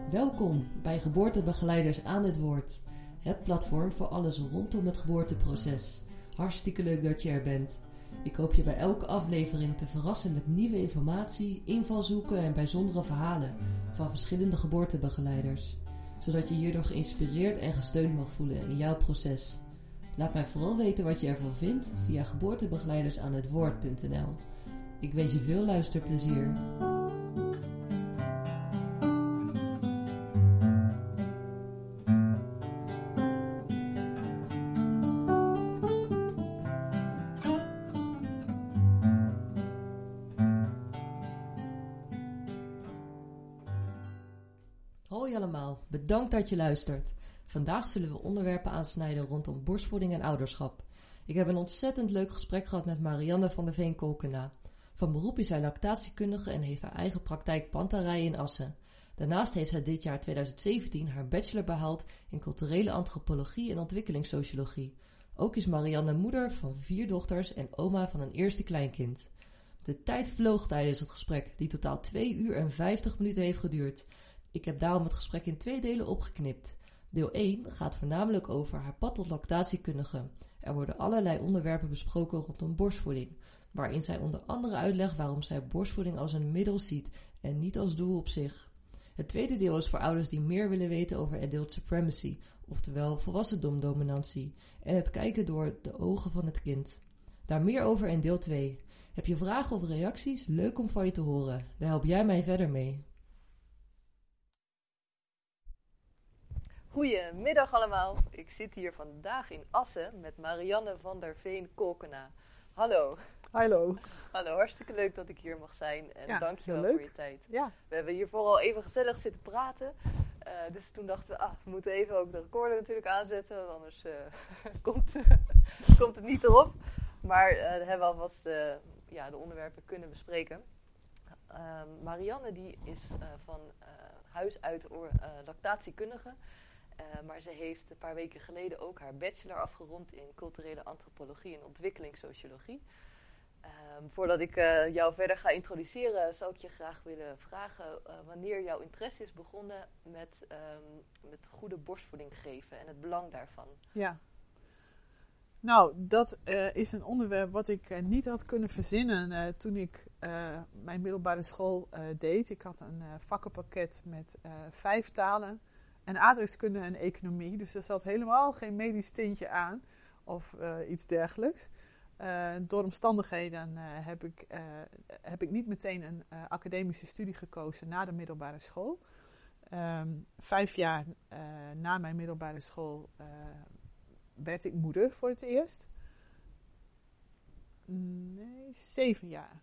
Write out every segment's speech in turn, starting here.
Welkom bij Geboortebegeleiders aan het woord. Het platform voor alles rondom het geboorteproces. Hartstikke leuk dat je er bent. Ik hoop je bij elke aflevering te verrassen met nieuwe informatie, invalshoeken en bijzondere verhalen van verschillende geboortebegeleiders. Zodat je hierdoor geïnspireerd en gesteund mag voelen in jouw proces. Laat mij vooral weten wat je ervan vindt via geboortebegeleidersaanhetwoord.nl. Ik wens je veel luisterplezier. Hoi allemaal, bedankt dat je luistert. Vandaag zullen we onderwerpen aansnijden rondom borstvoeding en ouderschap. Ik heb een ontzettend leuk gesprek gehad met Marianne van der Veen-Kolkena. Van beroep is zij lactatiekundige en heeft haar eigen praktijk Pantarij in Assen. Daarnaast heeft zij dit jaar 2017 haar bachelor behaald in culturele antropologie en ontwikkelingssociologie. Ook is Marianne moeder van 4 dochters en oma van een eerste kleinkind. De tijd vloog tijdens het gesprek, die totaal 2 uur en 50 minuten heeft geduurd. Ik heb daarom het gesprek in 2 delen opgeknipt. Deel 1 gaat voornamelijk over haar pad tot lactatiekundige. Er worden allerlei onderwerpen besproken rondom borstvoeding, waarin zij onder andere uitlegt waarom zij borstvoeding als een middel ziet en niet als doel op zich. Het tweede deel is voor ouders die meer willen weten over adult supremacy, oftewel volwassendomdominantie, en het kijken door de ogen van het kind. Daar meer over in deel 2. Heb je vragen of reacties? Leuk om van je te horen. Daar help jij mij verder mee. Goedemiddag allemaal. Ik zit hier vandaag in Assen met Marianne van der Veen-Kolkena. Hallo. Hallo. Hallo, hartstikke leuk dat ik hier mag zijn en dankjewel voor je tijd. Ja. We hebben hier vooral even gezellig zitten praten. Dus toen dachten we moeten even ook de recorder natuurlijk aanzetten, want anders komt het niet erop. Maar dan hebben we alvast de onderwerpen kunnen bespreken. Marianne die is van huis uit lactatiekundige. Maar ze heeft een paar weken geleden ook haar bachelor afgerond in culturele antropologie en ontwikkelingssociologie. Voordat ik jou verder ga introduceren, zou ik je graag willen vragen wanneer jouw interesse is begonnen met goede borstvoeding geven en het belang daarvan. Ja. Nou, dat is een onderwerp wat ik niet had kunnen verzinnen toen ik mijn middelbare school deed. Ik had een vakkenpakket met 5 talen. En aardrijkskunde en economie. Dus er zat helemaal geen medisch tintje aan. Of iets dergelijks. Door omstandigheden heb ik niet meteen een academische studie gekozen na de middelbare school. 5 jaar na mijn middelbare school werd ik moeder voor het eerst. Nee, 7 jaar.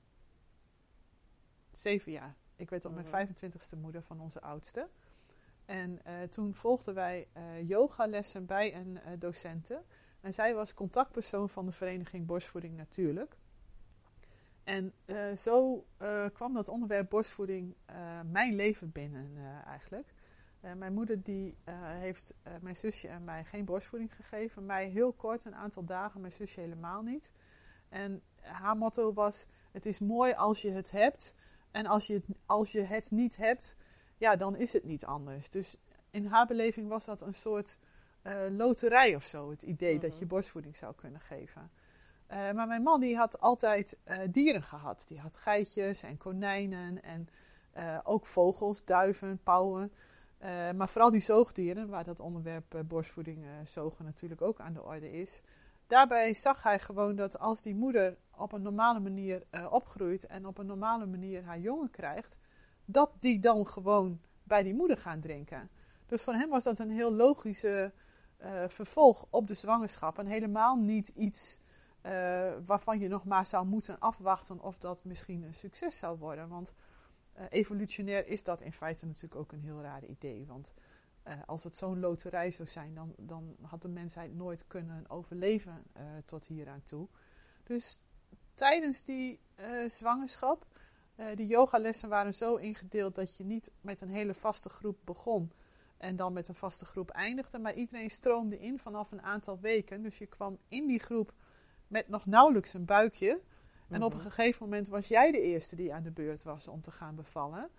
7 jaar. Ik werd op mijn 25ste moeder van onze oudste. En toen volgden wij yogalessen bij een docente. En zij was contactpersoon van de vereniging Borstvoeding Natuurlijk. En zo kwam dat onderwerp borstvoeding mijn leven binnen eigenlijk. Mijn moeder die heeft mijn zusje en mij geen borstvoeding gegeven. Mij heel kort, een aantal dagen, mijn zusje helemaal niet. En haar motto was, het is mooi als je het hebt. En als je het niet hebt, ja, dan is het niet anders. Dus in haar beleving was dat een soort loterij of zo. Het idee dat je borstvoeding zou kunnen geven. Maar mijn man die had altijd dieren gehad. Die had geitjes en konijnen en ook vogels, duiven, pauwen. Maar vooral die zoogdieren, waar dat onderwerp borstvoeding zogen natuurlijk ook aan de orde is. Daarbij zag hij gewoon dat als die moeder op een normale manier opgroeit en op een normale manier haar jongen krijgt, dat die dan gewoon bij die moeder gaan drinken. Dus voor hem was dat een heel logische vervolg op de zwangerschap. En helemaal niet iets waarvan je nog maar zou moeten afwachten of dat misschien een succes zou worden. Want evolutionair is dat in feite natuurlijk ook een heel raar idee. Want als het zo'n loterij zou zijn, dan had de mensheid nooit kunnen overleven tot hier aan toe. Dus tijdens die zwangerschap, die yogalessen waren zo ingedeeld dat je niet met een hele vaste groep begon en dan met een vaste groep eindigde. Maar iedereen stroomde in vanaf een aantal weken. Dus je kwam in die groep met nog nauwelijks een buikje. En op een gegeven moment was jij de eerste die aan de beurt was om te gaan bevallen.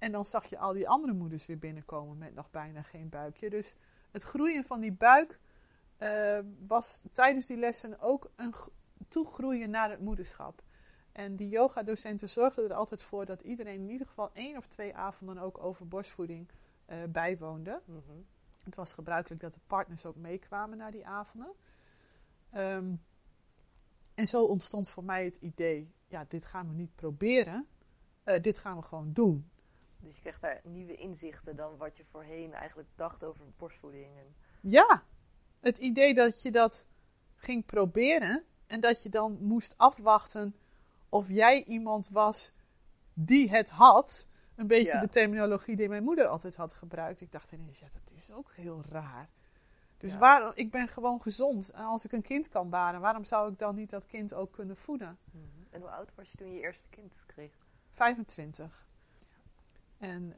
En dan zag je al die andere moeders weer binnenkomen met nog bijna geen buikje. Dus het groeien van die buik was tijdens die lessen ook een toegroeien naar het moederschap. En die yogadocenten zorgden er altijd voor dat iedereen in ieder geval 1 of 2 avonden ook over borstvoeding bijwoonde. Mhm. Het was gebruikelijk dat de partners ook meekwamen naar die avonden. En zo ontstond voor mij het idee, ja, dit gaan we niet proberen, dit gaan we gewoon doen. Dus je krijgt daar nieuwe inzichten dan wat je voorheen eigenlijk dacht over borstvoeding. En... Ja, het idee dat je dat ging proberen en dat je dan moest afwachten of jij iemand was die het had. Een beetje de terminologie die mijn moeder altijd had gebruikt. Ik dacht ineens, ja, dat is ook heel raar. Dus waarom, ik ben gewoon gezond. En als ik een kind kan baren, waarom zou ik dan niet dat kind ook kunnen voeden? Mm-hmm. En hoe oud was je toen je eerste kind kreeg? 25. En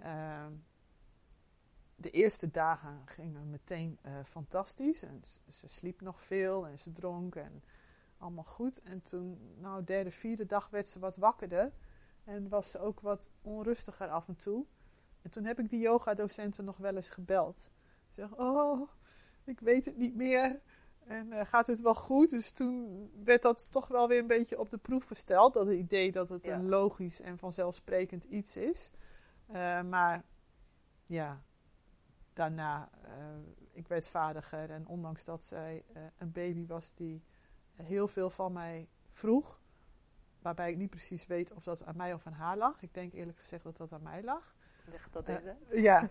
de eerste dagen gingen meteen fantastisch. En ze sliep nog veel en ze dronk en allemaal goed. En toen, derde, vierde dag werd ze wat wakkerder. En was ze ook wat onrustiger af en toe. En toen heb ik die yogadocenten nog wel eens gebeld. Ze zeg, ik weet het niet meer. En gaat het wel goed? Dus toen werd dat toch wel weer een beetje op de proef gesteld. Dat het idee dat het een logisch en vanzelfsprekend iets is. Maar ja, daarna, ik werd vaardiger. En ondanks dat zij een baby was die heel veel van mij vroeg. Waarbij ik niet precies weet of dat aan mij of aan haar lag. Ik denk eerlijk gezegd dat dat aan mij lag. Leg dat eens uit. Ja.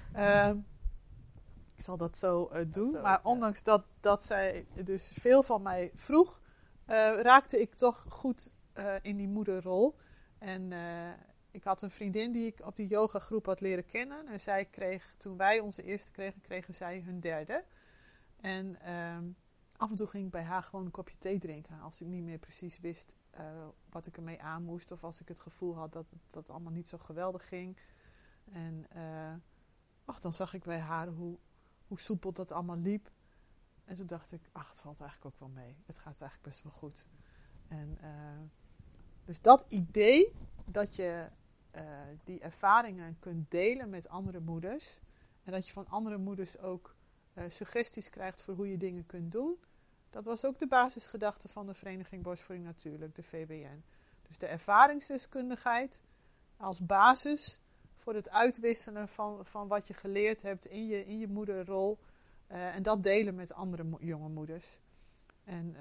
Ik zal dat zo doen. Zo, maar ondanks dat zij dus veel van mij vroeg, raakte ik toch goed in die moederrol. En ik had een vriendin die ik op die yogagroep had leren kennen. En zij kreeg, toen wij onze eerste kregen, kregen zij hun derde. En af en toe ging ik bij haar gewoon een kopje thee drinken. Als ik niet meer precies wist wat ik ermee aan moest. Of als ik het gevoel had dat het allemaal niet zo geweldig ging. En dan zag ik bij haar hoe soepel dat allemaal liep. En toen dacht ik, het valt eigenlijk ook wel mee. Het gaat eigenlijk best wel goed. En dus dat idee dat je die ervaringen kunt delen met andere moeders. En dat je van andere moeders ook suggesties krijgt voor hoe je dingen kunt doen. Dat was ook de basisgedachte van de Vereniging Borstvoeding Natuurlijk, de VBN. Dus de ervaringsdeskundigheid als basis voor het uitwisselen van wat je geleerd hebt in je moederrol. En dat delen met andere jonge moeders. En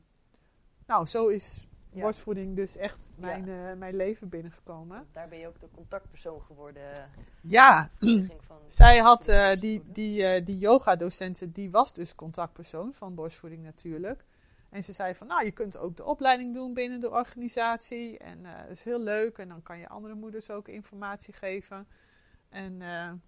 zo is borstvoeding dus echt mijn leven binnengekomen. Daar ben je ook de contactpersoon geworden. Ja, zij had die yoga-docenten, die was dus contactpersoon van Borstvoeding Natuurlijk. En ze zei van, je kunt ook de opleiding doen binnen de organisatie. En dat is heel leuk. En dan kan je andere moeders ook informatie geven. En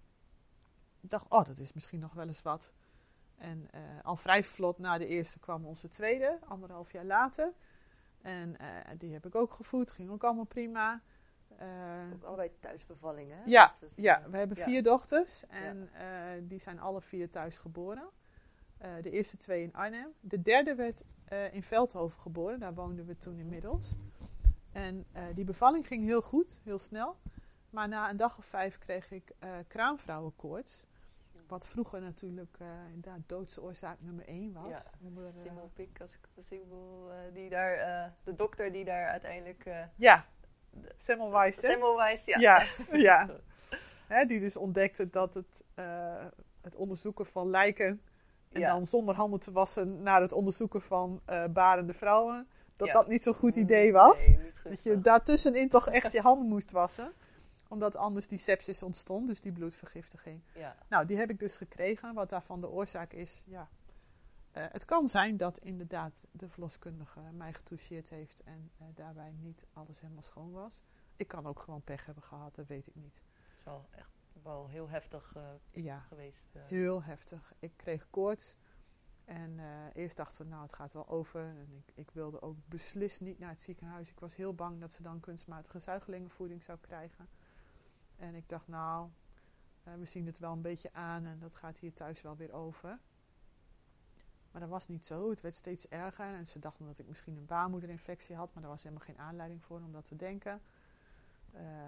ik dacht, dat is misschien nog wel eens wat. En al vrij vlot na de eerste kwam onze tweede, 1,5 jaar later. En die heb ik ook gevoed, ging ook allemaal prima. Ook allebei thuisbevallingen, hè? Ja, we hebben 4 dochters en die zijn alle 4 thuis geboren. De eerste 2 in Arnhem. De derde werd in Veldhoven geboren, daar woonden we toen inmiddels. En die bevalling ging heel goed, heel snel. Maar na een dag of 5 kreeg ik kraamvrouwenkoorts. Wat vroeger natuurlijk inderdaad doodsoorzaak nummer 1 was. Ja, Simmelpik, als ik het Simmel, die daar, de dokter die daar uiteindelijk... Semmelweis, hè? Semmelweis, ja. Hè, die dus ontdekte dat het onderzoeken van lijken en dan zonder handen te wassen naar het onderzoeken van barende vrouwen, dat niet zo'n goed idee was. Nee, dat je daartussenin toch echt je handen moest wassen. Omdat anders die sepsis ontstond, dus die bloedvergiftiging. Ja. Nou, die heb ik dus gekregen. Wat daarvan de oorzaak is, het kan zijn dat inderdaad de verloskundige mij getoucheerd heeft en daarbij niet alles helemaal schoon was. Ik kan ook gewoon pech hebben gehad, dat weet ik niet. Het is wel echt wel heel heftig geweest. Heel heftig. Ik kreeg koorts en eerst dachten we, het gaat wel over. En ik wilde ook beslist niet naar het ziekenhuis. Ik was heel bang dat ze dan kunstmatige zuigelingenvoeding zou krijgen. En ik dacht, we zien het wel een beetje aan en dat gaat hier thuis wel weer over. Maar dat was niet zo. Het werd steeds erger. En ze dachten dat ik misschien een baarmoederinfectie had. Maar daar was helemaal geen aanleiding voor om dat te denken.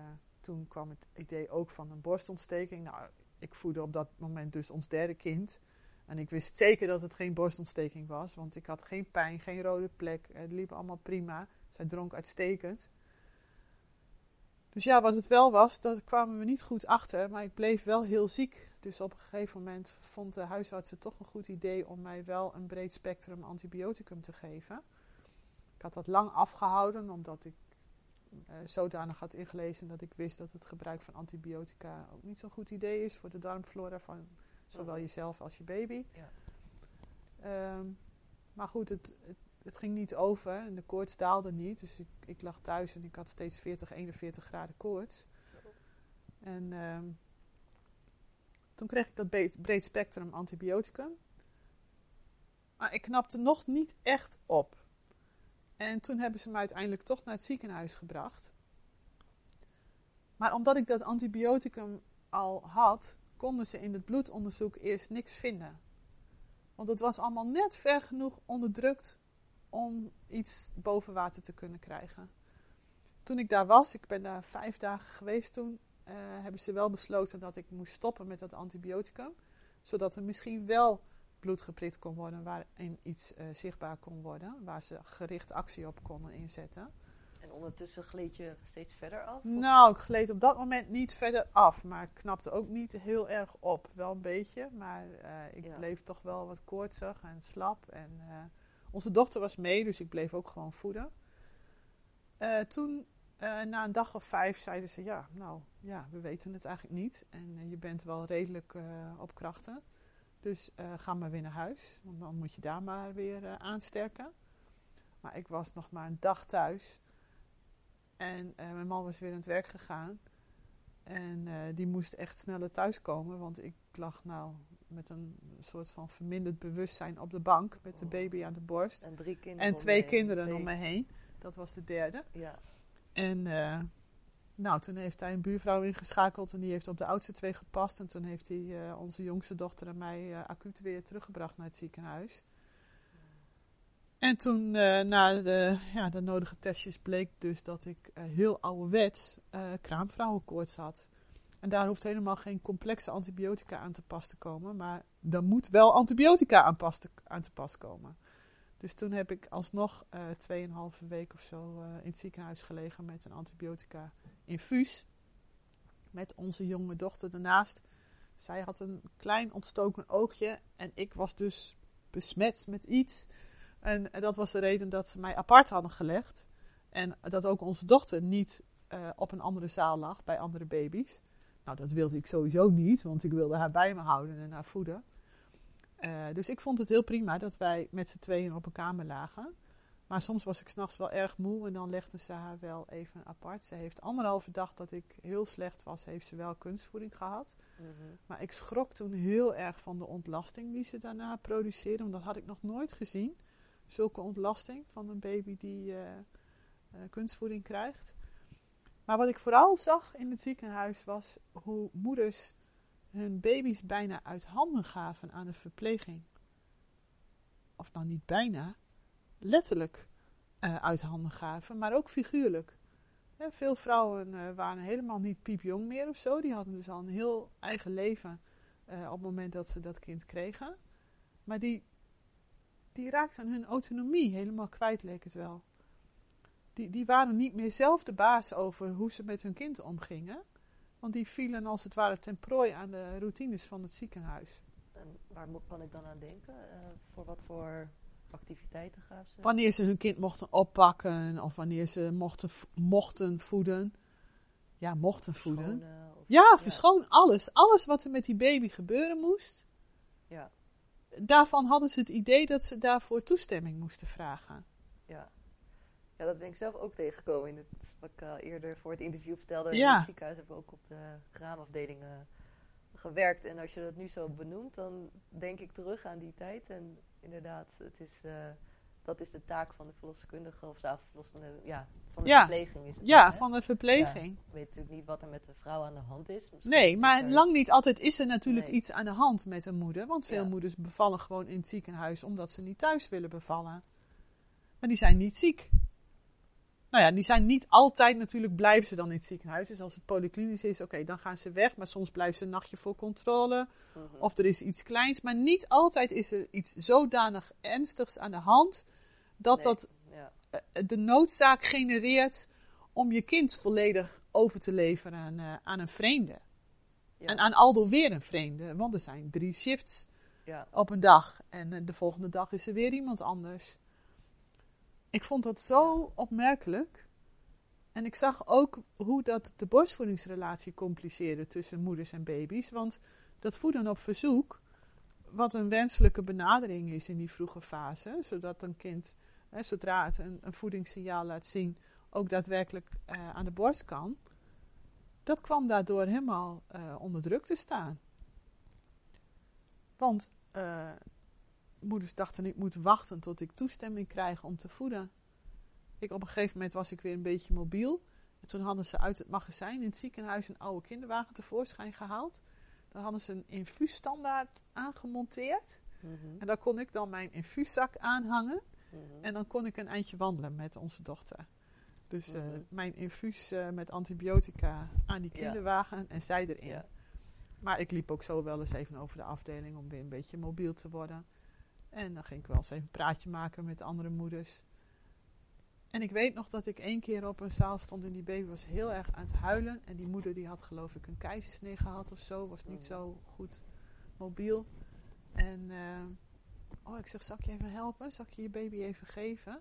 toen kwam het idee ook van een borstontsteking. Nou, ik voedde op dat moment dus ons derde kind. En ik wist zeker dat het geen borstontsteking was. Want ik had geen pijn, geen rode plek. Het liep allemaal prima. Zij dronk uitstekend. Dus ja, wat het wel was, daar kwamen we niet goed achter. Maar ik bleef wel heel ziek. Dus op een gegeven moment vond de huisarts het toch een goed idee om mij wel een breed spectrum antibioticum te geven. Ik had dat lang afgehouden, omdat ik zodanig had ingelezen dat ik wist dat het gebruik van antibiotica ook niet zo'n goed idee is voor de darmflora van zowel jezelf als je baby. Ja. Maar goed, het ging niet over en de koorts daalde niet. Dus ik lag thuis en ik had steeds 40, 41 graden koorts. En toen kreeg ik dat breed spectrum antibioticum. Maar ik knapte nog niet echt op. En toen hebben ze me uiteindelijk toch naar het ziekenhuis gebracht. Maar omdat ik dat antibioticum al had, konden ze in het bloedonderzoek eerst niks vinden. Want het was allemaal net ver genoeg onderdrukt om iets boven water te kunnen krijgen. Toen ik daar was, ik ben daar 5 dagen geweest toen, hebben ze wel besloten dat ik moest stoppen met dat antibioticum. Zodat er misschien wel bloed geprikt kon worden waarin iets zichtbaar kon worden. Waar ze gericht actie op konden inzetten. En ondertussen gleed je steeds verder af? Of? Nou, ik gleed op dat moment niet verder af. Maar ik knapte ook niet heel erg op. Wel een beetje, maar ik bleef toch wel wat koortsig en slap. En onze dochter was mee, dus ik bleef ook gewoon voeden. Toen, na een dag of 5, zeiden ze, we weten het eigenlijk niet. En je bent wel redelijk op krachten. Dus ga maar weer naar huis, want dan moet je daar maar weer aansterken. Maar ik was nog maar een dag thuis. En mijn man was weer aan het werk gegaan. En die moest echt sneller thuiskomen, want ik lag met een soort van verminderd bewustzijn op de bank. Met de baby aan de borst. En 3 kinderen. En 2 kinderen om me heen. Dat was de derde. Ja. En toen heeft hij een buurvrouw ingeschakeld en die heeft op de oudste 2 gepast. En toen heeft hij onze jongste dochter en mij acuut weer teruggebracht naar het ziekenhuis. En toen, na de nodige testjes, bleek dus dat ik heel ouderwets kraamvrouwenkoorts had. En daar hoeft helemaal geen complexe antibiotica aan te pas te komen. Maar er moet wel antibiotica aan te pas komen. Dus toen heb ik alsnog 2,5 week of zo in het ziekenhuis gelegen met een antibiotica-infuus. Met onze jonge dochter ernaast. Zij had een klein ontstoken oogje en ik was dus besmet met iets. En dat was de reden dat ze mij apart hadden gelegd. En dat ook onze dochter niet op een andere zaal lag bij andere baby's. Nou, dat wilde ik sowieso niet, want ik wilde haar bij me houden en haar voeden. Dus ik vond het heel prima dat wij met z'n tweeën op een kamer lagen. Maar soms was ik 's nachts wel erg moe en dan legden ze haar wel even apart. Ze heeft 1,5 dag dat ik heel slecht was, heeft ze wel kunstvoeding gehad. Mm-hmm. Maar ik schrok toen heel erg van de ontlasting die ze daarna produceerden. Want dat had ik nog nooit gezien. Zulke ontlasting van een baby die kunstvoeding krijgt. Maar wat ik vooral zag in het ziekenhuis was hoe moeders hun baby's bijna uit handen gaven aan de verpleging. Of nou niet bijna, letterlijk uit handen gaven, maar ook figuurlijk. Veel vrouwen waren helemaal niet piepjong meer of zo. Die hadden dus al een heel eigen leven op het moment dat ze dat kind kregen. Maar die raakten hun autonomie helemaal kwijt, leek het wel. Die waren niet meer zelf de baas over hoe ze met hun kind omgingen. Want die vielen als het ware ten prooi aan de routines van het ziekenhuis. En waar kan ik dan aan denken? Voor wat voor activiteiten gaven ze? Wanneer ze hun kind mochten oppakken of wanneer ze mochten voeden. Ja, mochten voeden. Verschonen alles. Alles wat er met die baby gebeuren moest. Ja. Daarvan hadden ze het idee dat ze daarvoor toestemming moesten vragen. Ja. Ja, dat ben ik zelf ook tegengekomen in wat ik eerder voor het interview vertelde. In het ziekenhuis hebben we ook op de kraamafdeling gewerkt. En als je dat nu zo benoemt, dan denk ik terug aan die tijd. En inderdaad, dat is de taak van de verloskundige of zaalverloskundige, van de verpleging. Is het dan, hè? Van de verpleging. Ja, ik weet natuurlijk niet wat er met de vrouw aan de hand is. Misschien nee, maar lang niet altijd is er natuurlijk iets aan de hand met een moeder. Want veel moeders bevallen gewoon in het ziekenhuis omdat ze niet thuis willen bevallen. Maar die zijn niet ziek. Nou ja, die zijn niet altijd natuurlijk, blijven ze dan in het ziekenhuis. Dus als het polyklinisch is, oké, dan gaan ze weg. Maar soms blijven ze een nachtje voor controle. Of er is iets kleins. Maar niet altijd is er iets zodanig ernstigs aan de hand dat de noodzaak genereert om je kind volledig over te leveren aan een vreemde. Ja. En aan aldoor weer een vreemde. Want er zijn 3 shifts op een dag. En de volgende dag is er weer iemand anders. Ik vond dat zo opmerkelijk. En ik zag ook hoe dat de borstvoedingsrelatie compliceerde tussen moeders en baby's. Want dat voeden op verzoek, wat een wenselijke benadering is in die vroege fase. Zodat een kind, zodra het een voedingssignaal laat zien, ook daadwerkelijk aan de borst kan. Dat kwam daardoor helemaal onder druk te staan. Want moeders dachten, ik moet wachten tot ik toestemming krijg om te voeden. Op een gegeven moment was ik weer een beetje mobiel. En toen hadden ze uit het magazijn in het ziekenhuis een oude kinderwagen tevoorschijn gehaald. Dan hadden ze een infuusstandaard aangemonteerd. En daar kon ik dan mijn infuuszak aanhangen. En dan kon ik een eindje wandelen met onze dochter. Dus mijn infuus met antibiotica aan die kinderwagen en zij erin. Ja. Maar ik liep ook zo wel eens even over de afdeling om weer een beetje mobiel te worden. En dan ging ik wel eens even een praatje maken met andere moeders. En ik weet nog dat ik 1 keer op een zaal stond en die baby was heel erg aan het huilen. En die moeder die had geloof ik een keizersnee gehad of zo, was niet zo goed mobiel. En ik zeg, zal ik je even helpen? Zal ik je baby even geven?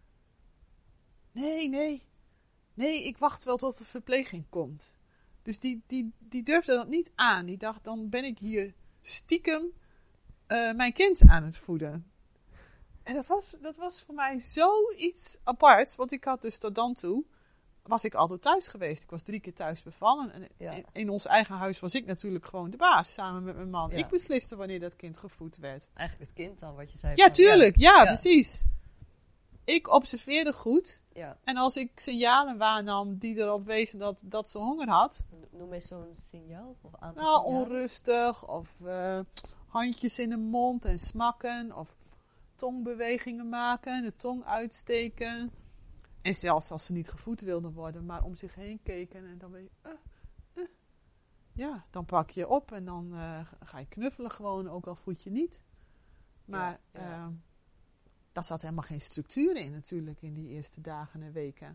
Nee, ik wacht wel tot de verpleging komt. Dus die durfde dat niet aan. Die dacht, dan ben ik hier stiekem mijn kind aan het voeden. En dat was voor mij zoiets aparts. Want ik had dus tot dan toe, was ik altijd thuis geweest. Ik was 3 keer thuis bevallen. En in ons eigen huis was ik natuurlijk gewoon de baas, samen met mijn man. Ja. Ik besliste wanneer dat kind gevoed werd. Eigenlijk het kind dan, wat je zei. Ja, tuurlijk. Ja, precies. Ik observeerde goed. Ja. En als ik signalen waarnam die erop wezen dat ze honger had. Noem eens zo'n signaal? Of onrustig. Of handjes in de mond en smakken. Of tongbewegingen maken. De tong uitsteken. En zelfs als ze niet gevoed wilden worden. Maar om zich heen keken. En dan ben je... Ja, dan pak je op. En dan ga je knuffelen gewoon. Ook al voed je niet. Maar... daar zat helemaal geen structuur in natuurlijk in die eerste dagen en weken.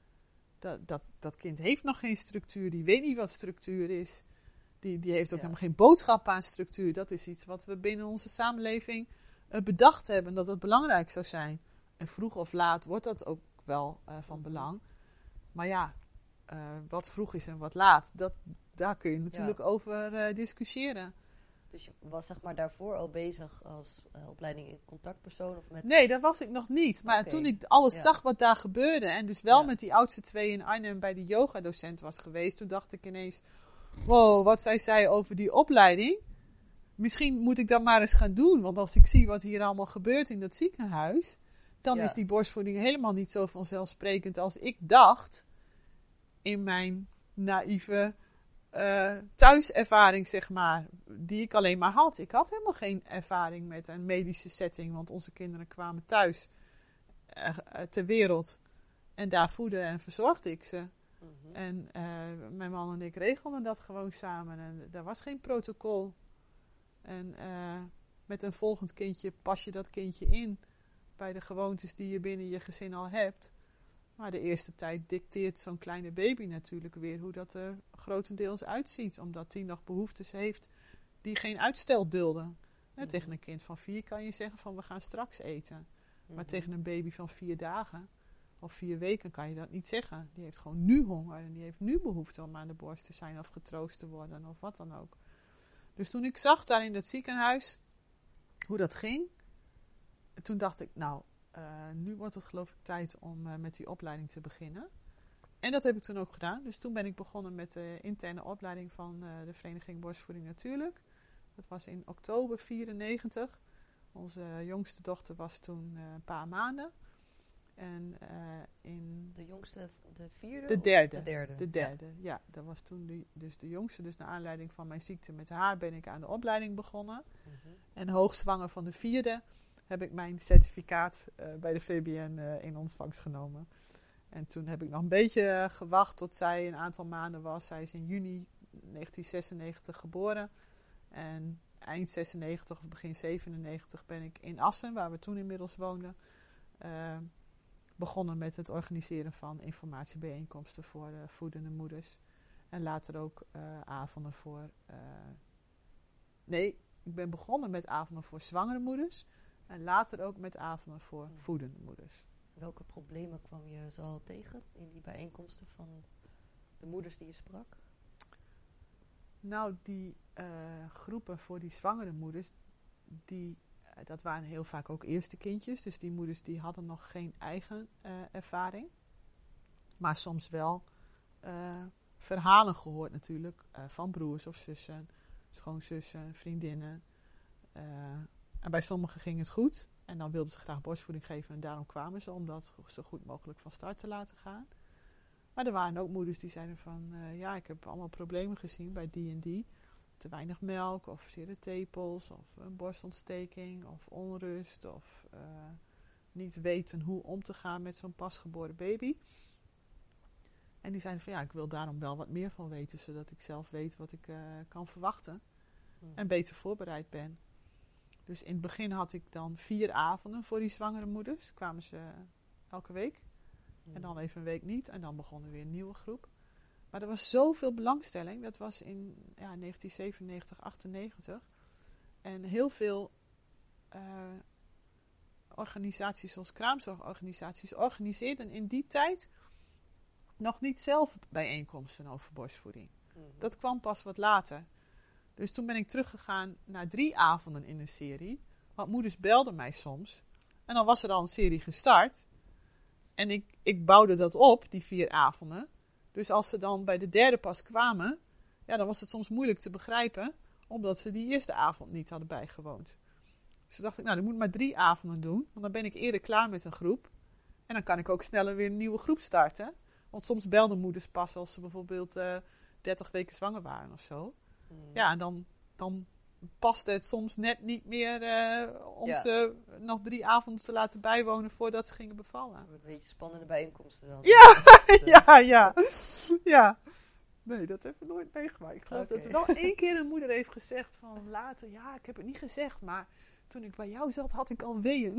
Dat kind heeft nog geen structuur, die weet niet wat structuur is. Die heeft ook helemaal geen boodschap aan structuur. Dat is iets wat we binnen onze samenleving bedacht hebben, dat het belangrijk zou zijn. En vroeg of laat wordt dat ook wel van belang. Maar ja, wat vroeg is en wat laat, daar kun je natuurlijk over discussiëren. Dus je was zeg maar daarvoor al bezig als opleiding in contactpersoon? Of met... Nee, dat was ik nog niet. Maar toen ik alles zag wat daar gebeurde... en dus wel met die oudste 2 in Arnhem bij de yogadocent was geweest... toen dacht ik ineens... wow, wat zij zei over die opleiding... misschien moet ik dat maar eens gaan doen. Want als ik zie wat hier allemaal gebeurt in dat ziekenhuis... dan is die borstvoeding helemaal niet zo vanzelfsprekend als ik dacht... in mijn naïeve... thuiservaring, zeg maar, die ik alleen maar had. Ik had helemaal geen ervaring met een medische setting, want onze kinderen kwamen thuis ter wereld en daar voedde en verzorgde ik ze. En mijn man en ik regelden dat gewoon samen en daar was geen protocol. En met een volgend kindje pas je dat kindje in bij de gewoontes die je binnen je gezin al hebt. Maar de eerste tijd dicteert zo'n kleine baby natuurlijk weer hoe dat er grotendeels uitziet. Omdat die nog behoeftes heeft die geen uitstel dulden. Tegen een kind van 4 kan je zeggen van we gaan straks eten. Maar tegen een baby van 4 dagen of 4 weken kan je dat niet zeggen. Die heeft gewoon nu honger en die heeft nu behoefte om aan de borst te zijn of getroost te worden of wat dan ook. Dus toen ik zag daar in dat ziekenhuis hoe dat ging, toen dacht ik nu wordt het geloof ik tijd om met die opleiding te beginnen. En dat heb ik toen ook gedaan. Dus toen ben ik begonnen met de interne opleiding van de Vereniging Borstvoeding Natuurlijk. Dat was in oktober 1994. Onze jongste dochter was toen een paar maanden. En de jongste, de 4e? De derde, ja. Dat was toen de jongste. Dus naar aanleiding van mijn ziekte met haar ben ik aan de opleiding begonnen. En hoogzwanger van de 4e heb ik mijn certificaat bij de VBN in ontvangst genomen. En toen heb ik nog een beetje gewacht tot zij een aantal maanden was. Zij is in juni 1996 geboren. En eind 96 of begin 97 ben ik in Assen, waar we toen inmiddels woonden, begonnen met het organiseren van informatiebijeenkomsten voor voedende moeders. En later ook avonden voor... ik ben begonnen met avonden voor zwangere moeders. En later ook met avonden voor voedende moeders. Welke problemen kwam je zoal tegen in die bijeenkomsten van de moeders die je sprak? Nou, die groepen voor die zwangere moeders, dat waren heel vaak ook eerste kindjes. Dus die moeders die hadden nog geen eigen ervaring. Maar soms wel verhalen gehoord natuurlijk van broers of zussen, schoonzussen, vriendinnen. En bij sommigen ging het goed. En dan wilden ze graag borstvoeding geven en daarom kwamen ze om dat zo goed mogelijk van start te laten gaan. Maar er waren ook moeders die zeiden van, ik heb allemaal problemen gezien bij die en die. Te weinig melk, of zere tepels, of een borstontsteking, of onrust, of niet weten hoe om te gaan met zo'n pasgeboren baby. En die zeiden van, ik wil daarom wel wat meer van weten, zodat ik zelf weet wat ik kan verwachten. En beter voorbereid ben. Dus in het begin had ik dan 4 avonden voor die zwangere moeders. Kwamen ze elke week. En dan even een week niet. En dan begon er weer een nieuwe groep. Maar er was zoveel belangstelling. Dat was in 1997, 98. En heel veel organisaties zoals kraamzorgorganisaties organiseerden in die tijd nog niet zelf bijeenkomsten over borstvoeding. Dat kwam pas wat later. Dus toen ben ik teruggegaan naar 3 avonden in een serie. Want moeders belden mij soms. En dan was er al een serie gestart. En ik bouwde dat op, die 4 avonden. Dus als ze dan bij de 3e pas kwamen, dan was het soms moeilijk te begrijpen, omdat ze die eerste avond niet hadden bijgewoond. Dus toen dacht ik, ik moet maar 3 avonden doen, want dan ben ik eerder klaar met een groep. En dan kan ik ook sneller weer een nieuwe groep starten. Want soms belden moeders pas als ze bijvoorbeeld 30 weken zwanger waren of zo. Ja, en dan paste het soms net niet meer om ze nog 3 avonden te laten bijwonen voordat ze gingen bevallen. Een beetje spannende bijeenkomsten dan. Ja. Nee, dat heb ik nooit meegemaakt. Ik geloof dat er wel 1 keer een moeder heeft gezegd van later, ik heb het niet gezegd, maar toen ik bij jou zat had ik al weeën.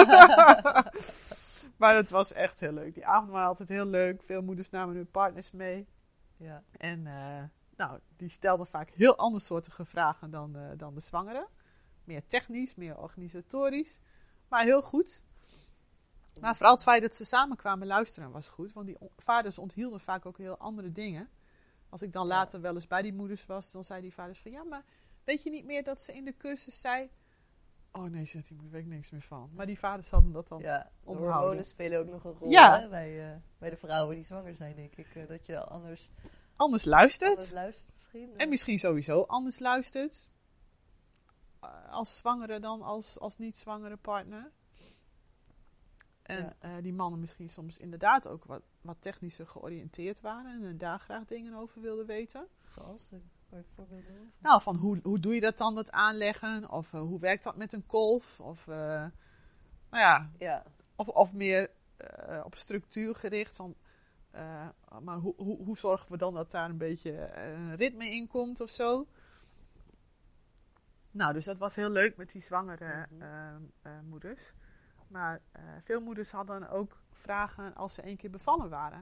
Maar het was echt heel leuk. Die avond was altijd heel leuk. Veel moeders namen hun partners mee. Ja. En die stelden vaak heel andersoortige vragen dan de zwangeren. Meer technisch, meer organisatorisch. Maar heel goed. Maar vooral het feit dat ze samen kwamen luisteren was goed. Want die vaders onthielden vaak ook heel andere dingen. Als ik dan later wel eens bij die moeders was, dan zeiden die vaders van, maar weet je niet meer dat ze in de cursus zei... Oh nee, zegt die moeder, weet ik niks meer van. Maar die vaders hadden dat dan onthouden. De hormonen spelen ook nog een rol hè, bij de vrouwen die zwanger zijn, denk ik. Dat je anders luistert. Anders luistert misschien. En misschien sowieso anders luistert. Als zwangere dan als niet-zwangere partner. En die mannen misschien soms inderdaad ook wat technischer georiënteerd waren. En daar graag dingen over wilden weten. Zoals? Kan je een voorbeeld doen? Nou, van hoe doe je dat dan, dat aanleggen? Of hoe werkt dat met een kolf? Of, of meer op structuur gericht. Van, maar hoe zorgen we dan dat daar een beetje een ritme in komt of zo? Nou, dus dat was heel leuk met die zwangere moeders. Maar veel moeders hadden ook vragen als ze 1 keer bevallen waren.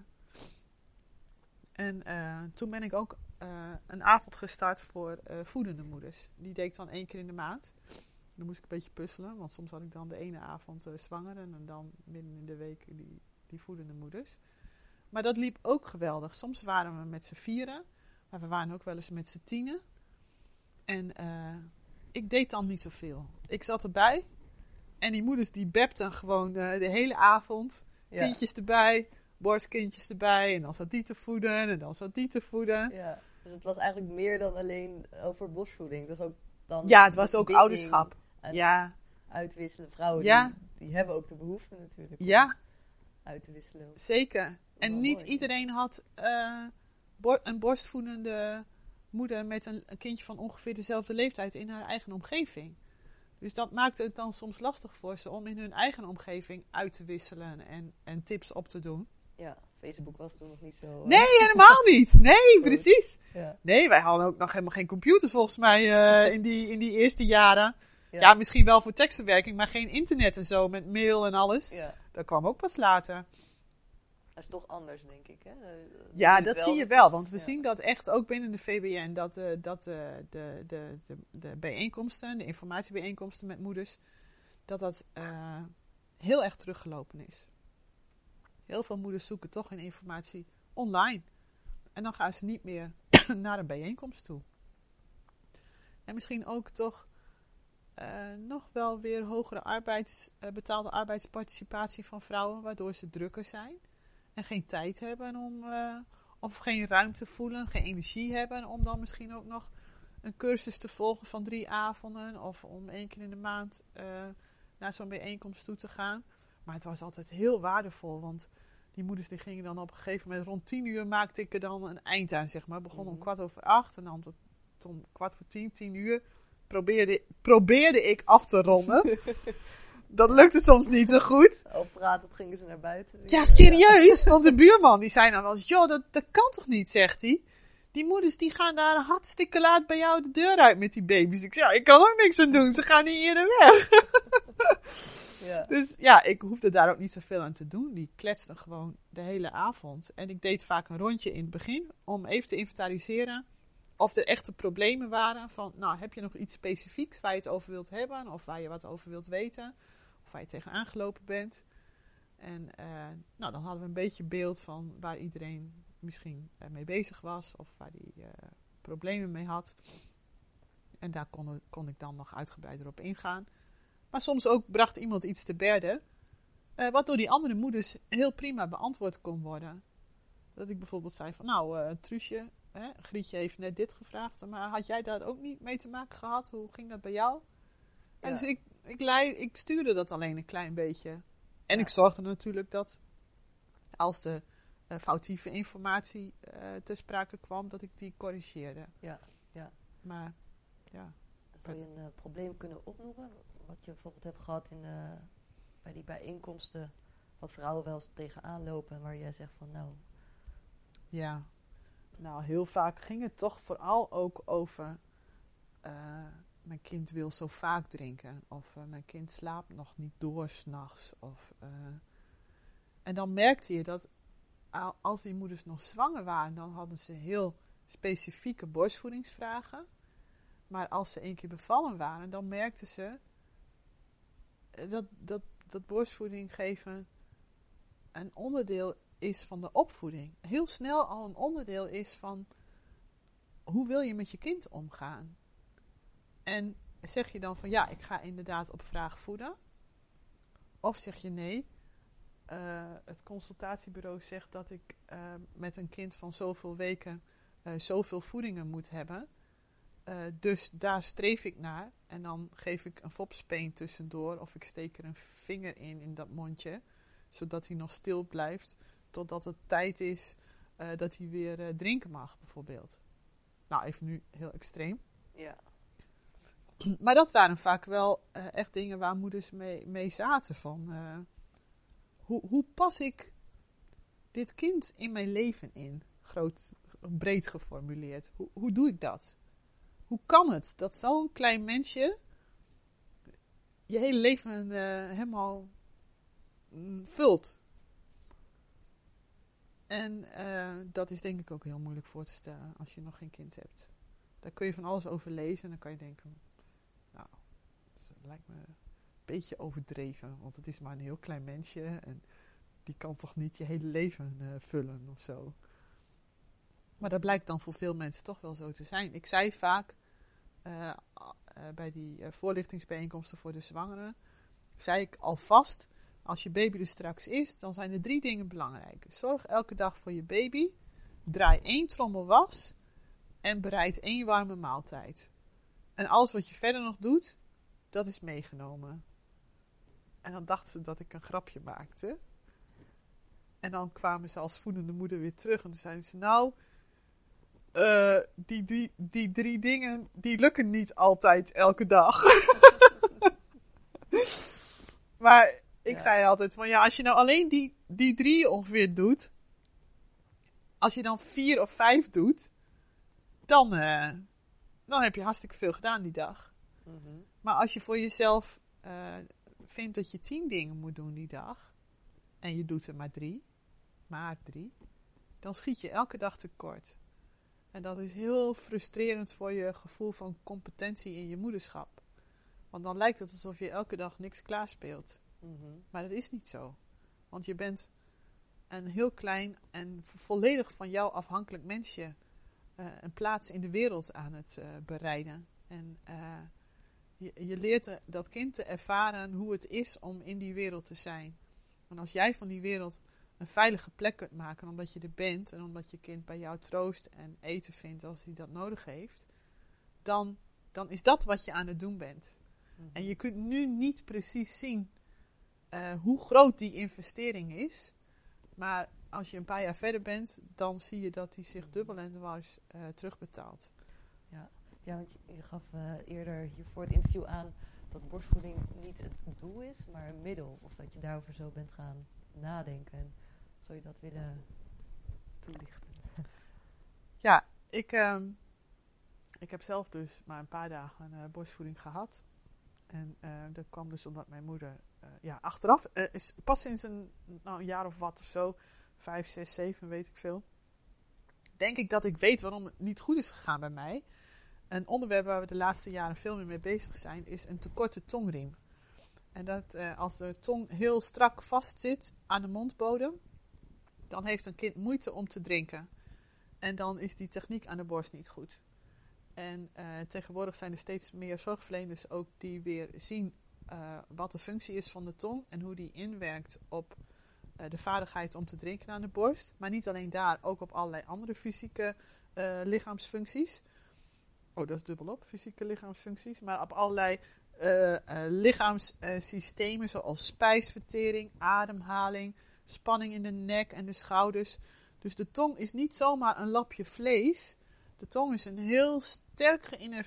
En toen ben ik ook een avond gestart voor voedende moeders. Die deed ik dan 1 keer in de maand. Dan moest ik een beetje puzzelen, want soms had ik dan de ene avond zwanger en dan midden in de week die voedende moeders. Maar dat liep ook geweldig. Soms waren we met z'n 4, maar we waren ook wel eens met z'n 10. En ik deed dan niet zoveel. Ik zat erbij en die moeders die bepten gewoon de hele avond. Kindjes erbij, borstkindjes erbij en dan zat die te voeden en dan zat die te voeden. Ja, dus het was eigenlijk meer dan alleen over borstvoeding. Dat was ook dan het was ook ouderschap. Uitwisselen. Vrouwen die hebben ook de behoefte natuurlijk om uit te wisselen. Zeker. En niet iedereen had een borstvoedende moeder met een kindje van ongeveer dezelfde leeftijd in haar eigen omgeving. Dus dat maakte het dan soms lastig voor ze om in hun eigen omgeving uit te wisselen en tips op te doen. Ja, Facebook was toen nog niet zo... Nee, helemaal niet. Nee, precies. Ja. Nee, wij hadden ook nog helemaal geen computer volgens mij in die eerste jaren. Ja, misschien wel voor tekstverwerking, maar geen internet en zo met mail en alles. Ja. Dat kwam ook pas later. Dat is toch anders, denk ik. Hè? Ja, dat zie je wel. Want we Ja. zien dat echt ook binnen de VBN. Dat de bijeenkomsten, de informatiebijeenkomsten met moeders, dat heel erg teruggelopen is. Heel veel moeders zoeken toch hun informatie online. En dan gaan ze niet meer naar een bijeenkomst toe. En misschien ook toch nog wel weer hogere betaalde arbeidsparticipatie van vrouwen, waardoor ze drukker zijn. En geen tijd hebben of geen ruimte voelen, geen energie hebben om dan misschien ook nog een cursus te volgen van 3 avonden. Of om 1 keer in de maand naar zo'n bijeenkomst toe te gaan. Maar het was altijd heel waardevol, want die moeders die gingen dan op een gegeven moment rond 10 uur maakte ik er dan een eind aan, zeg maar. Begon om 8:15 en dan tot om 9:15, 10 uur probeerde ik af te ronden. Dat lukte soms niet zo goed. Al pratend gingen ze naar buiten. Ja, serieus. Want de buurman die zei dan wel eens, joh, dat kan toch niet, zegt hij. Die moeders die gaan daar hartstikke laat bij jou de deur uit met die baby's. Ik zei, ja, ik kan ook niks aan doen. Ze gaan niet eerder weg. Ja. Dus ja, ik hoefde daar ook niet zoveel aan te doen. Die kletsten gewoon de hele avond. En ik deed vaak een rondje in het begin om even te inventariseren of er echte problemen waren. Van, nou, heb je nog iets specifieks waar je het over wilt hebben? Of waar je wat over wilt weten? Of waar je tegenaan gelopen bent? En nou, dan hadden we een beetje beeld van waar iedereen misschien mee bezig was. Of waar die problemen mee had. En daar kon ik dan nog uitgebreider op ingaan. Maar soms ook bracht iemand iets te berde. Wat door die andere moeders heel prima beantwoord kon worden. Dat ik bijvoorbeeld zei van, nou, Truusje, Grietje heeft net dit gevraagd. Maar had jij daar ook niet mee te maken gehad? Hoe ging dat bij jou? Ja. En dus ik stuurde dat alleen een klein beetje. En Ja. ik zorgde natuurlijk dat als de foutieve informatie ter sprake kwam, dat ik die corrigeerde. Ja, ja. Maar ja. Zou je een probleem kunnen opnoemen? Wat je bijvoorbeeld hebt gehad bij die bijeenkomsten, wat vrouwen wel eens tegenaan lopen, waar jij zegt van nou... Ja, nou heel vaak ging het toch vooral ook over mijn kind wil zo vaak drinken. Of mijn kind slaapt nog niet door 's nachts. En dan merkte je dat als die moeders nog zwanger waren, dan hadden ze heel specifieke borstvoedingsvragen. Maar als ze 1 keer bevallen waren, dan merkten ze dat borstvoeding geven een onderdeel is van de opvoeding. Heel snel al een onderdeel is van hoe wil je met je kind omgaan? En zeg je dan van ja, ik ga inderdaad op vraag voeden? Of zeg je nee, het consultatiebureau zegt dat ik met een kind van zoveel weken zoveel voedingen moet hebben. Dus daar streef ik naar. En dan geef ik een fopspeen tussendoor. Of ik steek er een vinger in dat mondje. Zodat hij nog stil blijft. Totdat het tijd is dat hij weer drinken mag, bijvoorbeeld. Nou, even nu heel extreem. Ja. Maar dat waren vaak wel echt dingen waar moeders mee zaten. Van, hoe pas ik dit kind in mijn leven in? Breed geformuleerd. Hoe doe ik dat? Hoe kan het dat zo'n klein mensje je hele leven helemaal vult? En dat is denk ik ook heel moeilijk voor te stellen als je nog geen kind hebt. Daar kun je van alles over lezen en dan kan je denken, nou, dat lijkt me een beetje overdreven. Want het is maar een heel klein mensje en die kan toch niet je hele leven vullen of zo. Maar dat blijkt dan voor veel mensen toch wel zo te zijn. Ik zei vaak bij die voorlichtingsbijeenkomsten voor de zwangeren, zei ik alvast, als je baby er straks is, dan zijn er 3 dingen belangrijk. Zorg elke dag voor je baby, draai 1 trommel was en bereid 1 warme maaltijd. En alles wat je verder nog doet, dat is meegenomen. En dan dachten ze dat ik een grapje maakte. En dan kwamen ze als voedende moeder weer terug en dan zeiden ze, nou, die 3 dingen, die lukken niet altijd elke dag. Maar Ik zei altijd van als je nou alleen die 3 ongeveer doet, als je dan 4 of 5 doet, dan heb je hartstikke veel gedaan die dag. Mhm. Maar als je voor jezelf vindt dat je 10 dingen moet doen die dag, en je doet er maar 3, dan schiet je elke dag tekort. En dat is heel frustrerend voor je gevoel van competentie in je moederschap. Want dan lijkt het alsof je elke dag niks klaarspeelt. Mhm. Maar dat is niet zo. Want je bent een heel klein en volledig van jou afhankelijk mensje een plaats in de wereld aan het bereiden. En je leert dat kind te ervaren hoe het is om in die wereld te zijn. En als jij van die wereld een veilige plek kunt maken, omdat je er bent en omdat je kind bij jou troost en eten vindt als hij dat nodig heeft, dan is dat wat je aan het doen bent. Mhm. En je kunt nu niet precies zien hoe groot die investering is. Maar als je een paar jaar verder bent, dan zie je dat die zich dubbel en dwars terugbetaalt. Ja, want je gaf eerder hier voor het interview aan dat borstvoeding niet het doel is, maar een middel. Of dat je daarover zo bent gaan nadenken. Zou je dat willen toelichten? Ja, ik heb zelf dus maar een paar dagen borstvoeding gehad. En dat kwam dus omdat mijn moeder achteraf, is pas sinds een jaar of wat of zo, 5, 6, 7, weet ik veel, denk ik dat ik weet waarom het niet goed is gegaan bij mij. Een onderwerp waar we de laatste jaren veel meer mee bezig zijn, is een te korte tongriem. En dat als de tong heel strak vastzit aan de mondbodem, dan heeft een kind moeite om te drinken. En dan is die techniek aan de borst niet goed. En tegenwoordig zijn er steeds meer zorgverleners ook die weer zien wat de functie is van de tong en hoe die inwerkt op de vaardigheid om te drinken aan de borst. Maar niet alleen daar, ook op allerlei andere fysieke lichaamsfuncties. Oh, dat is dubbelop, fysieke lichaamsfuncties. Maar op allerlei lichaamssystemen zoals spijsvertering, ademhaling, spanning in de nek en de schouders. Dus de tong is niet zomaar een lapje vlees. De tong is een heel sterk